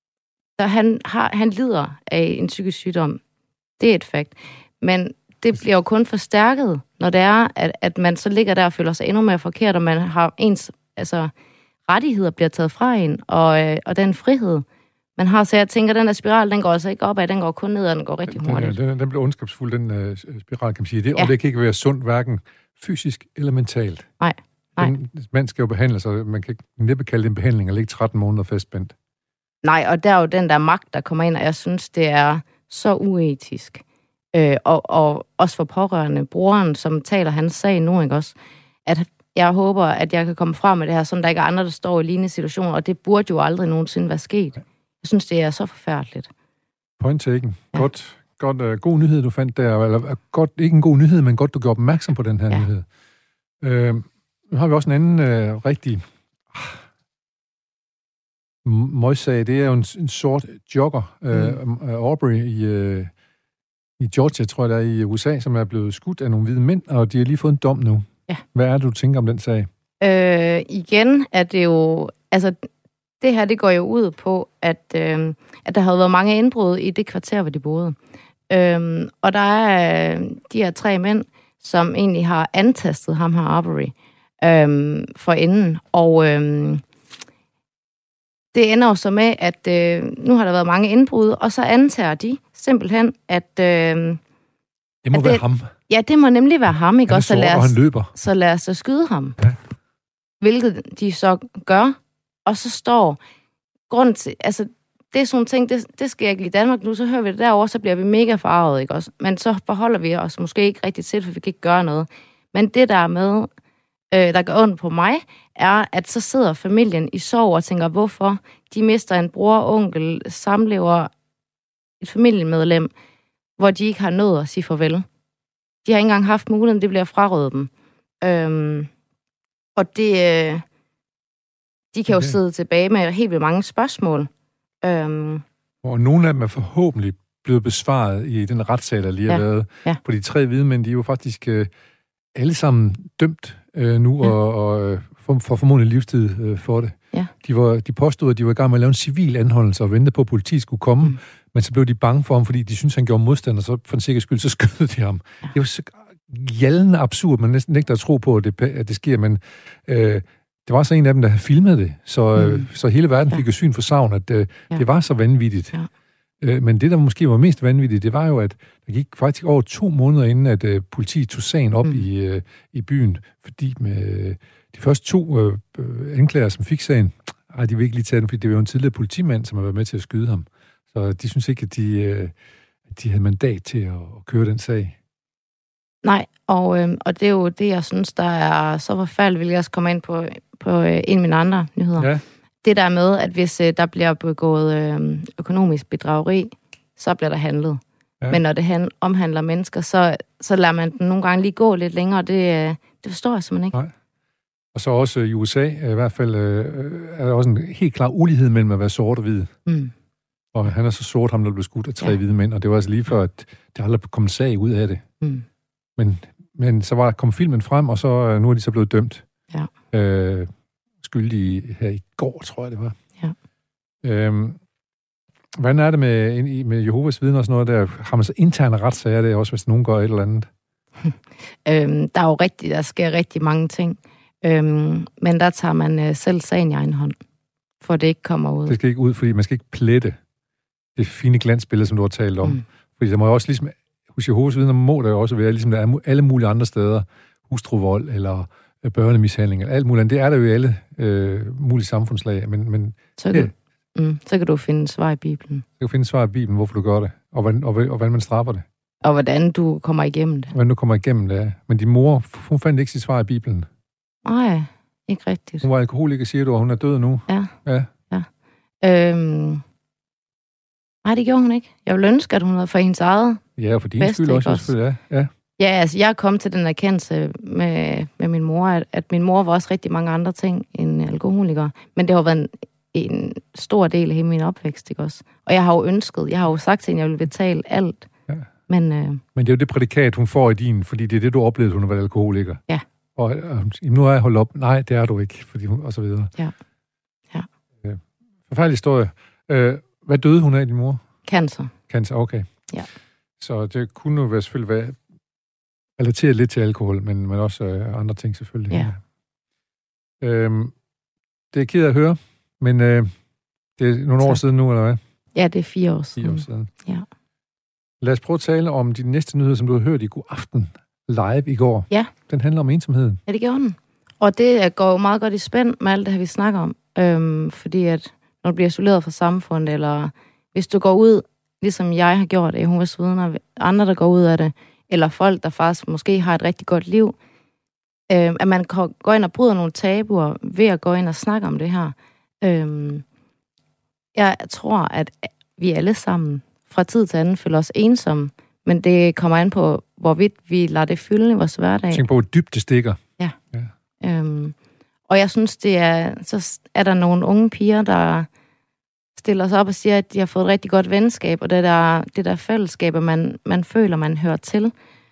lider af en psykisk sygdom. Det er et fakt. Men det bliver jo kun forstærket, når det er, at man så ligger der og føler sig endnu mere forkert, og man har ens rettigheder bliver taget fra en, og den frihed, man har. Så jeg tænker, at den der spiral, den går altså ikke opad, den går kun ned, og den går rigtig hurtigt. Den bliver ondskabsfuld, den spiral, kan man sige. Og det kan ikke være sundt, hverken fysisk eller mentalt. Nej. Man skal jo behandle sig, man kan næppe kalde det en behandling, og ligge 13 måneder fastspændt. Nej, og der er jo den der magt, der kommer ind, og jeg synes, det er så uetisk. Og også for pårørende, broren, som taler hans sag nu, ikke også? At jeg håber, at jeg kan komme frem med det her, så der ikke er andre, der står i lignende situationer, og det burde jo aldrig nogensinde være sket. Jeg synes, det er så forfærdeligt. Point taken. Ja. Godt, god nyhed, du fandt der. Eller godt, ikke en god nyhed, men godt, du gjorde opmærksom på den her nyhed. Nu har vi også en anden rigtig møgssag. Det er jo en sort jogger, Aubrey i Georgia, tror jeg, der i USA, som er blevet skudt af nogle hvide mænd, og de har lige fået en dom nu. Ja. Hvad er det, du tænker om den sag? Igen er det jo... Altså, det her, det går jo ud på, at der havde været mange indbrud i det kvarter, hvor de boede. Og der er de her 3 mænd, som egentlig har antastet ham her Aubrey for enden. Og det ender jo så med, at nu har der været mange indbrud, og så antager de simpelthen, at... det må være ham. Ja, det må nemlig være ham, ikke? Han er sort, og han løber. Så lad os så skyde ham. Ja. Hvilket de så gør. Og så står grund til, altså det er sådan ting, det sker ikke i Danmark nu, så hører vi det derovre, så bliver vi mega farvet, ikke også? Men så forholder vi os måske ikke rigtig til, for vi kan ikke gøre noget. Men det der med, der gør ondt på mig, er, at så sidder familien i sorg og tænker, hvorfor de mister en bror, onkel, samlever, et familiemedlem, hvor de ikke har nået at sige farvel. De har ikke engang haft muligheden, det bliver frarøvet dem. Og de kan jo sidde tilbage med helt vildt mange spørgsmål. Og nogle af dem er forhåbentlig blevet besvaret i den retssag, der lige har været. Ja. På de 3 hvide mænd, de er jo faktisk alle sammen dømt nu, og for formodentlig livstid for det. Ja. De påstod, at de var i gang med at lave en civil anholdelse og ventede på, at politiet skulle komme, men så blev de bange for ham, fordi de syntes, han gjorde modstand, og så for en sikker skyld, så skød de ham. Ja. Det var så gjaldende absurd, man næsten ikke der tro på, at det sker, men det var så en af dem, der havde filmet det, så hele verden fik jo syn for savn, at det var så vanvittigt. Ja. Men det, der måske var mest vanvittigt, det var jo, at der gik faktisk over 2 måneder inden, at politiet tog sagen op i byen, fordi med de første 2 anklager, som fik sagen, de vil ikke lige tage den, fordi det var jo en tidligere politimand, som har været med til at skyde ham. Så de synes ikke, at de havde mandat til at køre den sag. Nej, og det er jo det, jeg synes, der er så forfærdeligt, vil jeg også komme ind på en af mine andre nyheder. Ja. Det der med, at hvis der bliver begået økonomisk bedrageri, så bliver der handlet. Ja. Men når det omhandler mennesker, så lader man den nogle gange lige gå lidt længere, og det forstår jeg simpelthen ikke. Nej. Og så også i USA, i hvert fald, er der også en helt klar ulighed mellem at være sort og hvid. Mm. Og han er så sort, ham der blev skudt af 3 hvide mænd, og det var altså lige før, at det aldrig kom en sag ud af det. Mm. Men så kom filmen frem, og så nu er de så blevet dømt. Ja. Skyldige her i går, tror jeg det var. Ja. Hvordan er det med Jehovas vidner og sådan noget der? Har man så interne retssager der også, hvis nogen gør et eller andet? Der sker rigtig mange ting. Men der tager man selv sagen i egen hånd, for det ikke kommer ud. Det skal ikke ud, fordi man skal ikke plette det fine glansbillede, som du har talt om. Fordi der må jo også ligesom, hos Jehovas vidner må der jo også være, ligesom der er alle mulige andre steder, hustruvold eller børnemishandling, eller alt muligt. Det er der jo i alle mulige samfundslag. Men så kan du finde svar i Bibelen. Så kan du finde svar i Bibelen, hvorfor du gør det, og hvordan man straffer det. Og hvordan du kommer igennem det. Hvordan du kommer igennem det, ja. Men din mor, hun fandt ikke sit svar i Bibelen. Nej, ikke rigtigt. Hun var alkoholiker, siger du, og hun er død nu. Ja. Nej, det gjorde hun ikke. Jeg ville ønske, at hun havde for hendes eget. Ja, og for din skyld også, selvfølgelig, ja. Ja, altså jeg kom til den erkendelse med min mor, at min mor var også rigtig mange andre ting end alkoholiker. Men det har været en stor del af hele min opvækst, ikke også? Og jeg har jo sagt til hende, at jeg ville betale alt. Ja. Men det er jo det prædikat, hun får i din, fordi det er det, du oplevede, hun har været alkoholiker. Ja. Og nu er jeg holdt op. Nej, det er du ikke, fordi hun, og så videre. Ja. Forfærdelig historie. Hvad døde hun af, din mor? Cancer. Cancer, okay. Ja. Så det kunne jo selvfølgelig være relateret lidt til alkohol, men også andre ting selvfølgelig. Ja. Det er ked af at høre, men det er nogle år siden nu, eller hvad? Ja, det er 4 år siden. 4 år siden. Ja. Lad os prøve at tale om de næste nyheder, som du har hørt i God Aften live i går. Ja. Den handler om ensomheden. Ja, det gjorde den. Og det går jo meget godt i spænd med alt det her, vi snakker om. Fordi at når du bliver isoleret fra samfundet, eller hvis du går ud, ligesom jeg har gjort i Jehovas vidner, andre, der går ud af det, eller folk, der faktisk måske har et rigtig godt liv, at man går ind og bryder nogle tabuer ved at gå ind og snakke om det her. Jeg tror, at vi alle sammen fra tid til anden føler os ensomme, men det kommer an på, hvorvidt vi lader det fylde i vores hverdag. Tænk på, hvor dybt det stikker. Ja. Og jeg synes, så er der nogle unge piger, der stiller sig op og siger, at de har fået et rigtig godt venskab, og det der fællesskab, man føler, man hører til.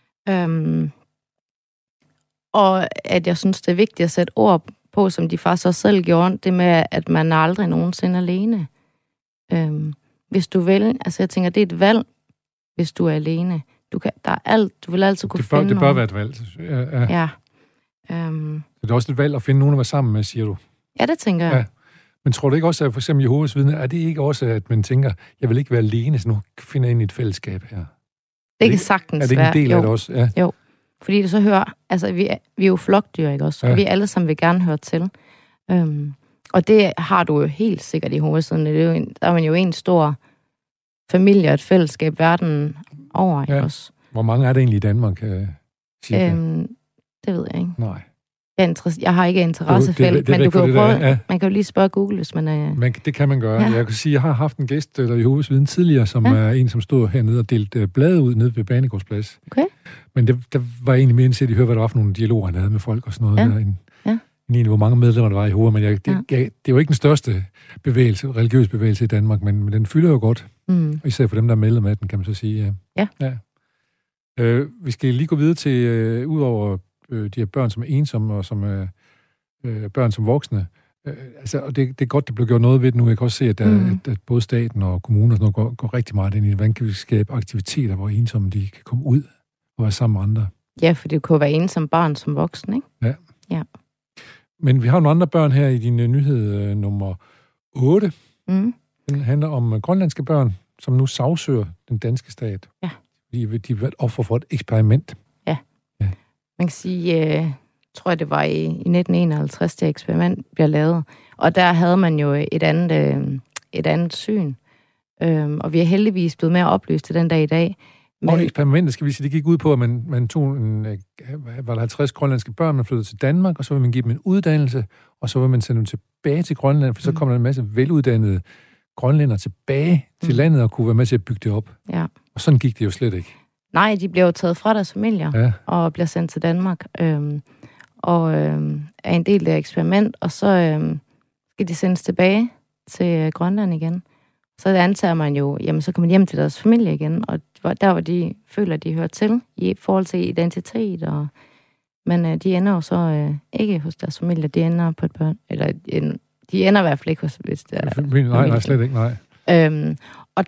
Og at jeg synes, det er vigtigt at sætte ord på, som de faktisk også selv gjorde, det med, at man er aldrig nogensinde alene. Hvis du vil, altså jeg tænker, det er et valg, hvis du er alene. Du vil altid kunne finde det bør være et valg. Ja. Det er også et valg at finde nogen at være sammen med, siger du. Ja, det tænker jeg. Ja. Men tror du ikke også, at for eksempel Jehovas vidner, er det ikke også, at man tænker, jeg vil ikke være alene, så nu finder jeg ind i et fællesskab her? Det kan sagtens være. Er det ikke en del af det også? Ja. Jo, fordi det så hører, altså vi er jo flokdyr, ikke også? Og vi alle sammen vil gerne høre til. Og det har du jo helt sikkert i Jehovas vidner. Der er man jo en stor familie og et fællesskab verden over, ikke også? Hvor mange er det egentlig i Danmark? Det ved jeg ikke. Nej. Jeg har ikke interessefelt, men du kan jo prøve, man kan jo lige spørge Google, hvis man er... Det kan man gøre. Ja. Jeg kan sige, at jeg har haft en gæst, der i Jehovas vidner tidligere, som er en, som stod hernede og delte blade ud nede ved Banegårdsplads. Okay. Men der var egentlig mere indsat, at I hørte, hvad der var for nogle dialoger, han havde med folk og sådan noget. Ja. En egentlig, hvor mange medlemmer der var i Jehova, men det er jo ikke den største religiøs bevægelse i Danmark, men den fylder jo godt. Især for dem, der er medlem af den, kan man så sige. Ja. Vi skal lige gå videre til, udover de her børn, som er ensomme, og som er børn som voksne. Og det er godt, det bliver gjort noget ved det nu. Jeg kan også se, at både staten og kommuner og sådan noget går rigtig meget ind i det. Hvordan kan vi skabe aktiviteter, hvor ensomme de kan komme ud og være sammen med andre? Ja, for det kunne være ensom barn som voksen, ikke? Ja. Men vi har nogle andre børn her i din nyhed nummer 8. Den handler om grønlandske børn, som nu sagsøger den danske stat. Ja. De har været offer for et eksperiment. Ja. Man kan sige, tror jeg det var i 1951, det eksperiment bliver lavet. Og der havde man jo et andet syn. Og vi er heldigvis blevet mere oplyst til den dag i dag. Og eksperimentet, skal vi sige, det gik ud på, at man tog 50 grønlandske børn, man flyttede til Danmark, og så vil man give dem en uddannelse, og så vil man sende dem tilbage til Grønland, for så kommer der en masse veluddannede grønlændere tilbage til landet og kunne være med til at bygge det op. Ja. Og sådan gik det jo slet ikke. Nej, de bliver jo taget fra deres familier og bliver sendt til Danmark. Og er en del af eksperiment, og så skal de sendes tilbage til Grønland igen. Så antager man jo, jamen så kommer de hjem til deres familie igen, og der hvor de føler, at de hører til i forhold til identitet. Men de ender jo så ikke hos deres familie, de ender på et børn, eller de ender i hvert fald ikke hos hvis der Nej, slet ikke, nej. Og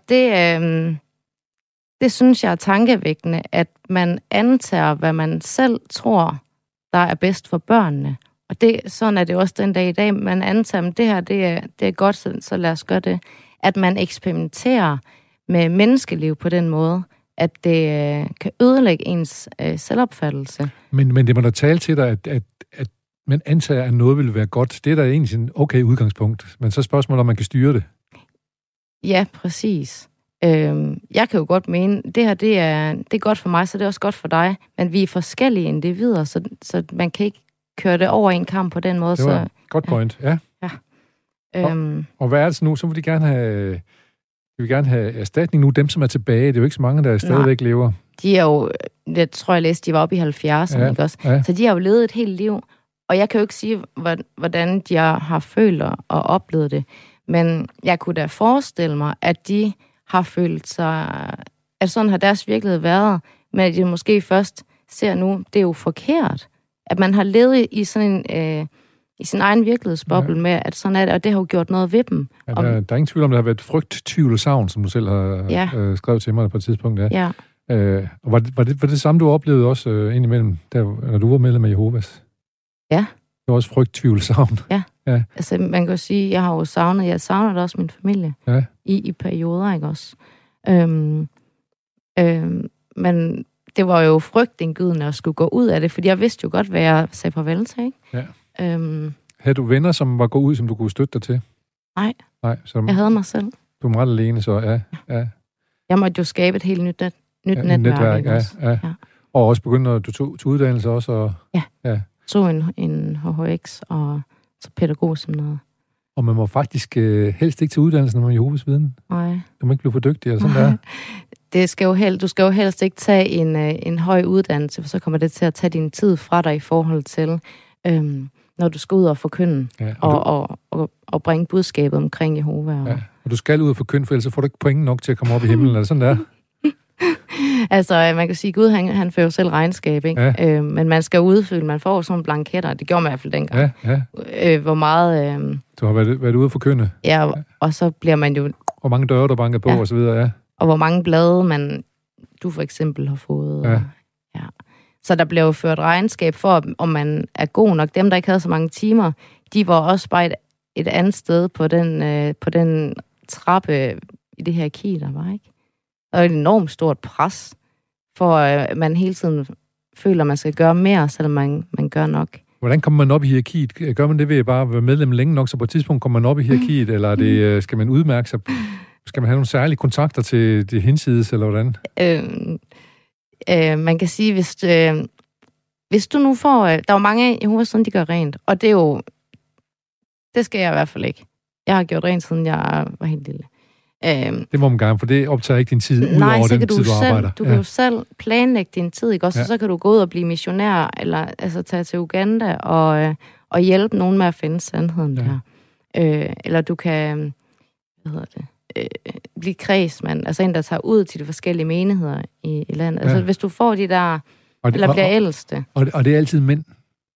det synes jeg er tankevækkende, at man antager, hvad man selv tror, der er bedst for børnene. Og sådan er det også den dag i dag. Man antager, at det her det er godt, så lad os gøre det. At man eksperimenterer med menneskeliv på den måde, at det kan ødelægge ens selvopfattelse. Men det må da tale til dig, at man antager, at noget vil være godt. Det er da egentlig sådan okay udgangspunkt. Men så spørgsmålet, om man kan styre det. Ja, præcis. Jeg kan jo godt mene, det her det er godt for mig, så det er også godt for dig. Men vi er forskellige individer, så man kan ikke køre det over en kamp på den måde. Det var et godt point, ja. Og hvad er det så nu? Så vil de gerne have erstatning nu, dem som er tilbage. Det er jo ikke så mange, der stadigvæk lever. De er jo, jeg tror jeg læste, de var oppe i 70'erne, ikke også? Ja. Så de har jo levet et helt liv. Og jeg kan jo ikke sige, hvordan de har følt og oplevet det. Men jeg kunne da forestille mig, at de har følt sig, at sådan har deres virkelighed været, men at de måske først ser nu, det er jo forkert. At man har levet i sådan en... i sin egen virkelighedsboble med, at sådan er det, og det har jo gjort noget ved dem. Ja, der er ingen tvivl om, der har været frygt, tvivl og savn, som du selv har skrevet til mig på et tidspunkt. Ja. Og var det samme, du oplevede også indimellem, når du var medlem af Jehovas? Ja. Det var også frygt, tvivl og savn. Ja. Altså, man kan jo sige, jeg har jo jeg savner da også min familie i perioder, ikke også? Men det var jo frygtindgydende at skulle gå ud af det, fordi jeg vidste jo godt, hvad jeg sagde farvel til, ikke? Ja. Havde du venner, som var gået ud, som du kunne støtte dig til? Nej, jeg havde mig selv. Du var ret alene, så ja. Jeg måtte jo skabe et helt nyt netværk. Ja. Og også begynde at du tog uddannelse også? Og, ja. Tog en HHX og så pædagogseminariet. Og man må faktisk helst ikke til uddannelsen, når man er Jehovas vidne? Nej. Du må ikke blive for dygtig, eller sådan der? Du skal jo helst ikke tage en høj uddannelse, for så kommer det til at tage din tid fra dig i forhold til... når du skal ud og forkynde og bringe budskabet omkring Jehova. Ja, og du skal ud og forkynde, for ellers får du ikke point nok til at komme op i himlen, eller sådan der. Altså, man kan sige, Gud, han fører jo selv regnskab, ikke? Ja. Men man skal udfylde, man får sådan nogle blanketter, det gjorde man i hvert fald dengang. Ja. Hvor meget... Du har været ude og forkynde. Ja, og så bliver man jo... Hvor mange døre, der banker på, og så videre, Og hvor mange blade, du for eksempel har fået. Ja. Så der blev ført regnskab for, om man er god nok. Dem, der ikke havde så mange timer, de var også bare et andet sted på den trappe i det her ki, der var, ikke? Og et enormt stort pres, for at man hele tiden føler, at man skal gøre mere, selvom man gør nok. Hvordan kommer man op i hierarkiet? Gør man det ved at bare være medlem længe nok, så på et tidspunkt kommer man op i hierarkiet, eller er det, skal man udmærke sig? Skal man have nogle særlige kontakter til det hinsides, eller hvordan? Man kan sige, hvis du nu får... Der er jo mange Jehovas vidner, de gør rent, og det er jo... Det skal jeg i hvert fald ikke. Jeg har gjort rent, siden jeg var helt lille. Det må man gerne, for det optager ikke din tid ud over den tid, du arbejder. Du kan jo selv planlægge din tid, ikke også? Så kan du gå ud og blive missionær, eller altså tage til Uganda og hjælpe nogen med at finde sandheden der. Eller du kan, blive kredsmand, altså en, der tager ud til de forskellige menigheder i landet. Altså hvis du får de der, eller bliver ældste. Og det er altid mænd?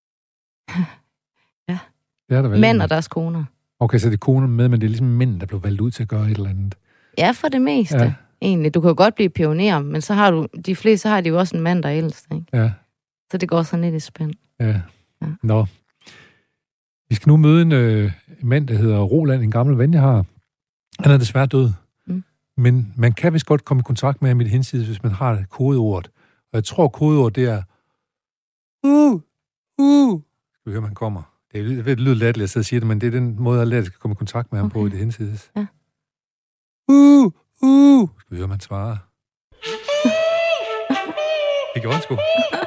Ja. Det er der vel mænd og deres koner. Okay, så det er koner med, men det er ligesom mænd, der blev valgt ud til at gøre et eller andet. Ja, for det meste. Egentlig. Du kan jo godt blive pioner, men så har de fleste, så har de jo også en mand, der er ældst, ikke? Ja. Så det går sådan lidt i spænd. Ja. Nå. Vi skal nu møde en mand, der hedder Roland, en gammel ven, jeg har. Han er desværre død. Men man kan vist godt komme i kontakt med ham i det hinsides, hvis man har et kodeord. Og jeg tror, kodeord, det er Skal vi høre, man kommer. Det lyder latterligt, at jeg siger det, men det er den måde, jeg lærer, at jeg skal komme i kontakt med ham på i det hinsides. Ja. Skal vi høre, man svarer. Det gjorde han sgu.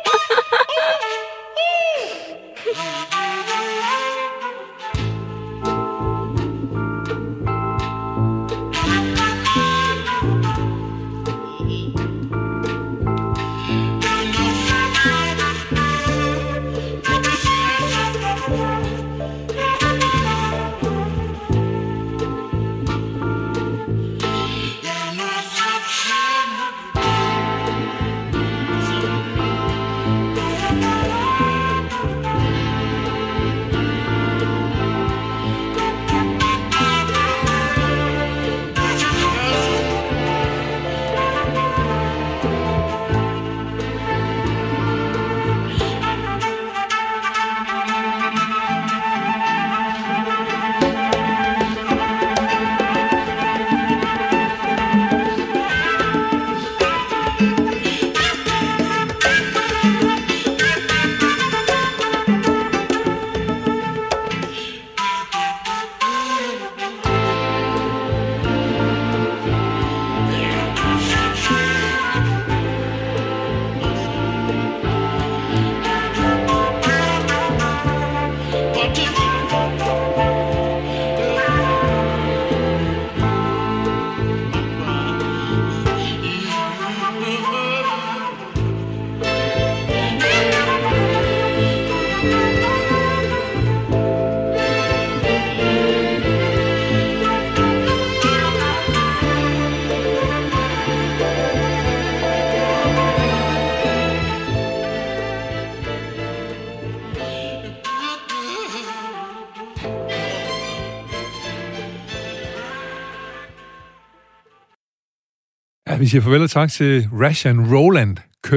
Ja, vi siger farvel og tak til Roland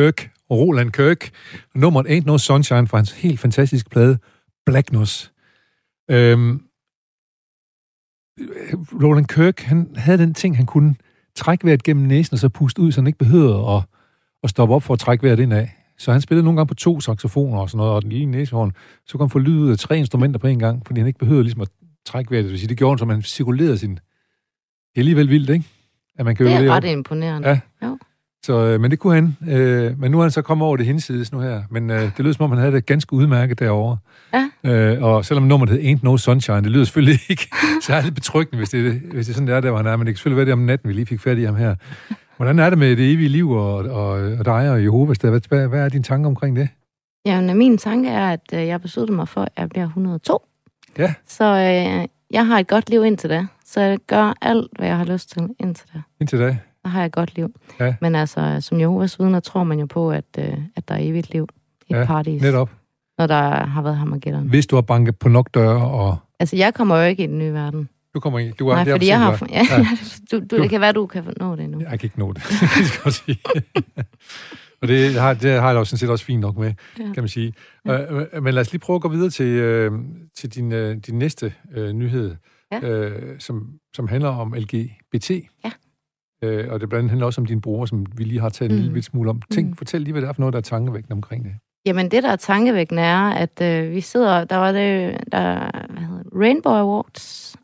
Kirk. Nummeret Ain't No Sunshine fra hans helt fantastiske plade Blackness. Roland Kirk, han havde den ting, han kunne trække vejret gennem næsen og så puste ud, så han ikke behøvede at stoppe op for at trække vejret indad. Så han spillede nogle gange på 2 saxofoner og sådan noget, og den ene næsehorn, så kunne han få lyd ud af 3 instrumenter på en gang, fordi han ikke behøvede ligesom at trække vejret. Det vil sige, det gjorde han, så man cirkulerede sin... Det er alligevel vildt, ikke? At man kan det er ret op. Imponerende. Ja. Jo. Så, men det kunne han. Men nu er han så kommet over det hinsides nu her. Men det lyder som om, han havde det ganske udmærket derovre. Ja. Og selvom nummeret hed Ain't No Sunshine, det lyder selvfølgelig ikke særligt betryggende, hvis det er sådan, der hvor han er. Men det kan selvfølgelig være det om natten, vi lige fik fat i ham her. Hvordan er det med det evige liv og dig og Jehovas? Hvad er dine tanker omkring det? Jamen, min tanke er, at jeg besluttede mig for, at jeg bliver 102. Ja. Så jeg har et godt liv indtil da. Så jeg gør alt, hvad jeg har lyst til indtil da. Indtil da? Så har jeg et godt liv. Ja. Men altså, som Jehovas vidner, tror man jo på, at der er evigt liv. Et paradis. Netop. Når der har været Armageddon. Hvis du har banket på nok døre og... Altså, jeg kommer jo ikke i den nye verden. Du kommer ikke. Nej, fordi jeg har... det kan være, du kan nå det nu. Jeg kan ikke nå det, det skal jeg sige. Og det har jeg også sådan set også fint nok med, kan man sige. Ja. Men lad os lige prøve at gå videre til din næste nyhed, som handler om LGBT. Ja. Og det blandt andet handler også om din bror, som vi lige har talt en lille smule om. Fortæl lige, hvad det er for noget, der er tankevækkende omkring det. Jamen, det, der er tankevækkende, er, at vi sidder... Der var det... Rainbow Awards,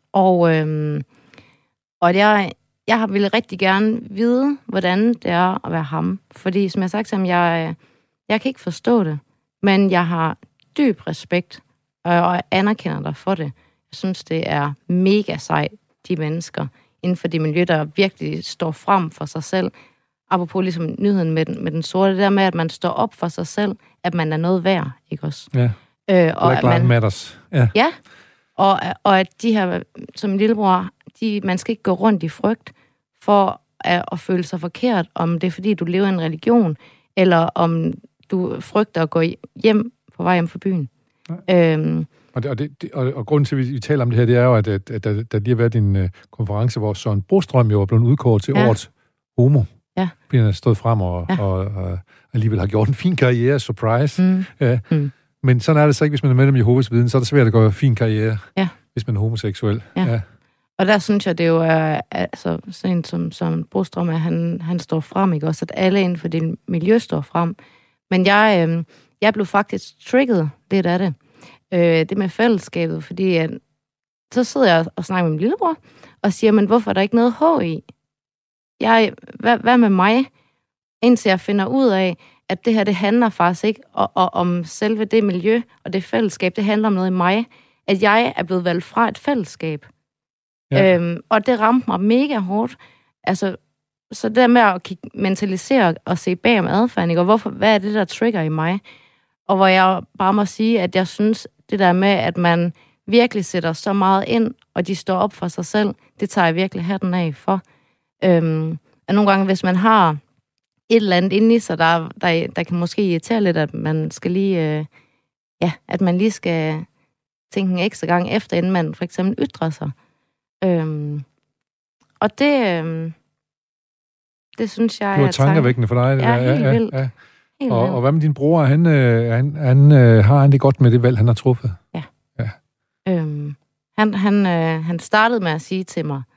og jeg ville rigtig gerne vide, hvordan det er at være ham. Fordi, som jeg har sagt til ham, jeg kan ikke forstå det, men jeg har dyb respekt, og jeg anerkender dig for det. Jeg synes, det er mega sejt, de mennesker inden for det miljø, der virkelig står frem for sig selv. Apropos ligesom nyheden med den sorte, det der med, at man står op for sig selv, at man er noget værd, ikke også? Black Lives Matters. Ja. Ja, og at de her, som lillebror, man skal ikke gå rundt i frygt for at føle sig forkert, om det er fordi, du lever i en religion, eller om du frygter at gå hjem på vej hjem fra byen. Og grunden til, at vi taler om det her, det er jo, at der lige har været en konference, hvor Søren Brostrøm jo er blevet udkåret til årets homo. Ja. Fordi han har stået frem og alligevel har gjort en fin karriere, surprise. Men sådan er det så ikke, hvis man er medlem i Jehovas Vidne, så er det svært at gøre en fin karriere, hvis man er homoseksuel. Ja. Og der synes jeg, det jo er altså, sådan som Brostrøm, at han står frem, ikke også? At alle inden for det miljø står frem. Men jeg blev faktisk trigget lidt af det. Det med fællesskabet, fordi så sidder jeg og snakker med min lillebror, og siger, men hvorfor er der ikke noget H i? Hvad med mig? Indtil jeg finder ud af, at det her, det handler faktisk ikke om selve det miljø og det fællesskab. Det handler om noget i mig. At jeg er blevet valgt fra et fællesskab. Ja. Og det ramte mig mega hårdt. Altså, så det med at mentalisere og se bag om adfærden, og hvad er det, der trigger i mig? Og hvor jeg bare må sige, at jeg synes, det der med, at man virkelig sætter så meget ind, og de står op for sig selv, det tager jeg virkelig hatten af for. Og nogle gange, hvis man har et eller andet inde i sig, der kan måske irritere lidt, at man skal lige, at man lige skal tænke en ekstra gang efter, inden man for eksempel ytrer sig. Og det synes jeg... Det var tankevækkende for dig. Ja, helt vildt. Ja. Og hvad med din bror? Har han det godt med det valg, han har truffet? Ja. Han startede med at sige til mig,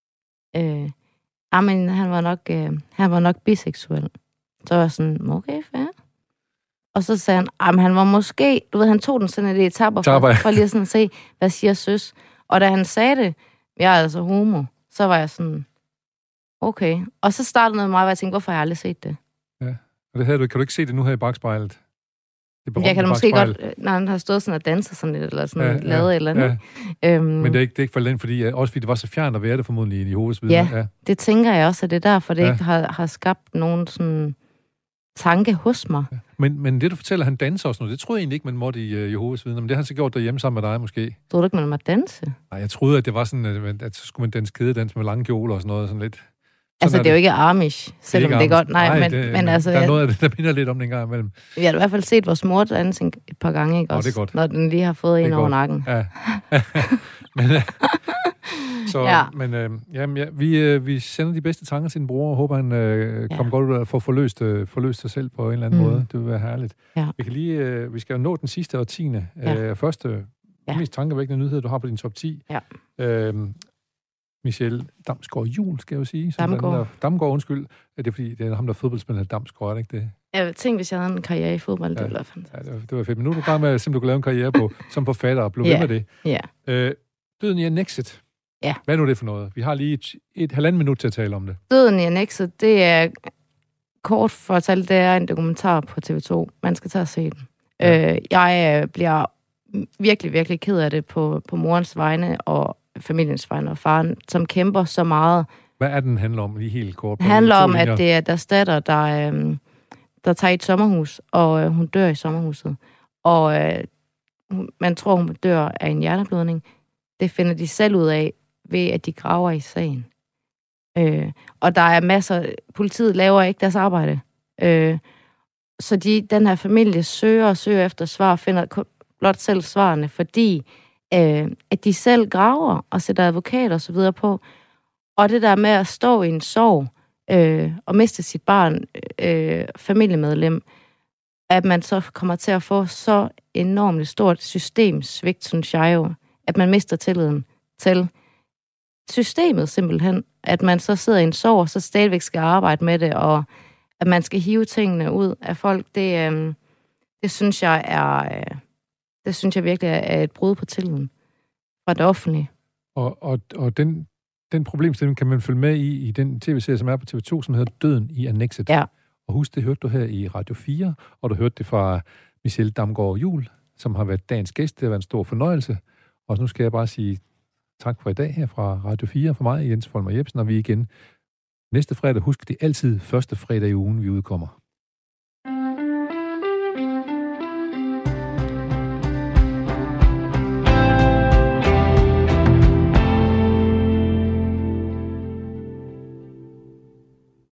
men han var nok biseksuel. Så var jeg sådan, okay, fair. Og så sagde han, han var måske, han tog den sådan et etaper for lige sådan at se, hvad siger søs. Og da han sagde det, jeg er altså homo, så var jeg sådan, okay. Og så startede noget med mig, hvor jeg tænkte, hvorfor har jeg aldrig set det? Ja, og det her, kan du ikke se det nu her i bagspejlet? Jeg kan måske godt, når han har stået sådan og danset sådan lidt, eller sådan lavet eller andet. Ja. Men det er ikke for langt, fordi det var så fjernt at være det formodentlig i Jehovas Vidner. Ja, det tænker jeg også, at det er derfor, det ikke har skabt nogen sådan tanke hos mig. Ja. Men det, du fortæller, han danser også noget, det troede jeg egentlig ikke, man måtte i Jehovas Vidner, men det har han så gjort derhjemme sammen med dig måske. Troede du ikke, man måtte danse? Nej, jeg troede, at det var sådan, at så skulle man danse kædedans med lange kjoler og sådan noget, sådan lidt. Sådan det er jo ikke Amish, selvom det er godt. Nej, men altså... Der er noget af det, der minder lidt om den gang imellem. Vi har i hvert fald set vores mor danse et par gange, ikke også? Det er godt. Når den lige har fået en over nakken. Ja. Vi sender de bedste tanker til din bror, og håber, han kommer godt ud og får forløst sig selv på en eller anden måde. Det vil være herligt. Ja. Vi skal jo nå den sidste og 10. Første mest tankevækkende nyhed, du har på din top 10. Ja. Michelle Damsgaard-Juhl, skal jeg jo sige. Damgaard, undskyld. Er det fordi, det er ham, der er fodboldspiller Damsgaard, er det ikke det? Jeg tænkte, hvis jeg havde en karriere i fodbold, det ville være fantastisk. Ja, det var fedt. Men nu er du gang med at simpelthen kunne lave en karriere på som forfatter, og blive ved med det. Ja. Døden i Annexet. Ja. Hvad er nu det for noget? Vi har lige et halvandet minut til at tale om det. Døden i Annexet, det er kort fortalt, det er en dokumentar på TV2. Man skal tage og se den. Ja. Jeg bliver virkelig, virkelig ked af det på morens vegne, og familiens vegne og faren, som kæmper så meget. Hvad er den handler om lige helt kort? Det handler om, at det er deres datter, der tager i et sommerhus, og hun dør i sommerhuset. Og man tror, hun dør af en hjerneblødning. Det finder de selv ud af, ved at de graver i sagen. Og der er masser... Politiet laver ikke deres arbejde. Så den her familie søger efter svar, finder blot selv svarene, fordi at de selv graver og sætter advokater og så videre på. Og det der med at stå i en sorg og miste sit barn, familiemedlem, at man så kommer til at få så enormt stort systemsvigt, synes jeg jo, at man mister tilliden til systemet simpelthen. At man så sidder i en sorg, og så stadigvæk skal arbejde med det, og at man skal hive tingene ud af folk, det synes jeg er... Det synes jeg virkelig er et brud på tilliden fra det offentlige. Og den problemstilling kan man følge med i den tv-serie, som er på TV2, som hedder Døden i Annexet. Ja. Og husk, det hørte du her i Radio 4, og du hørte det fra Michelle Damgaard-Juhl, som har været dagens gæst. Det har været en stor fornøjelse. Og nu skal jeg bare sige tak for i dag her fra Radio 4 for mig, Jens Folmer Jebsen, og vi igen næste fredag. Husk, det er altid første fredag i ugen, vi udkommer.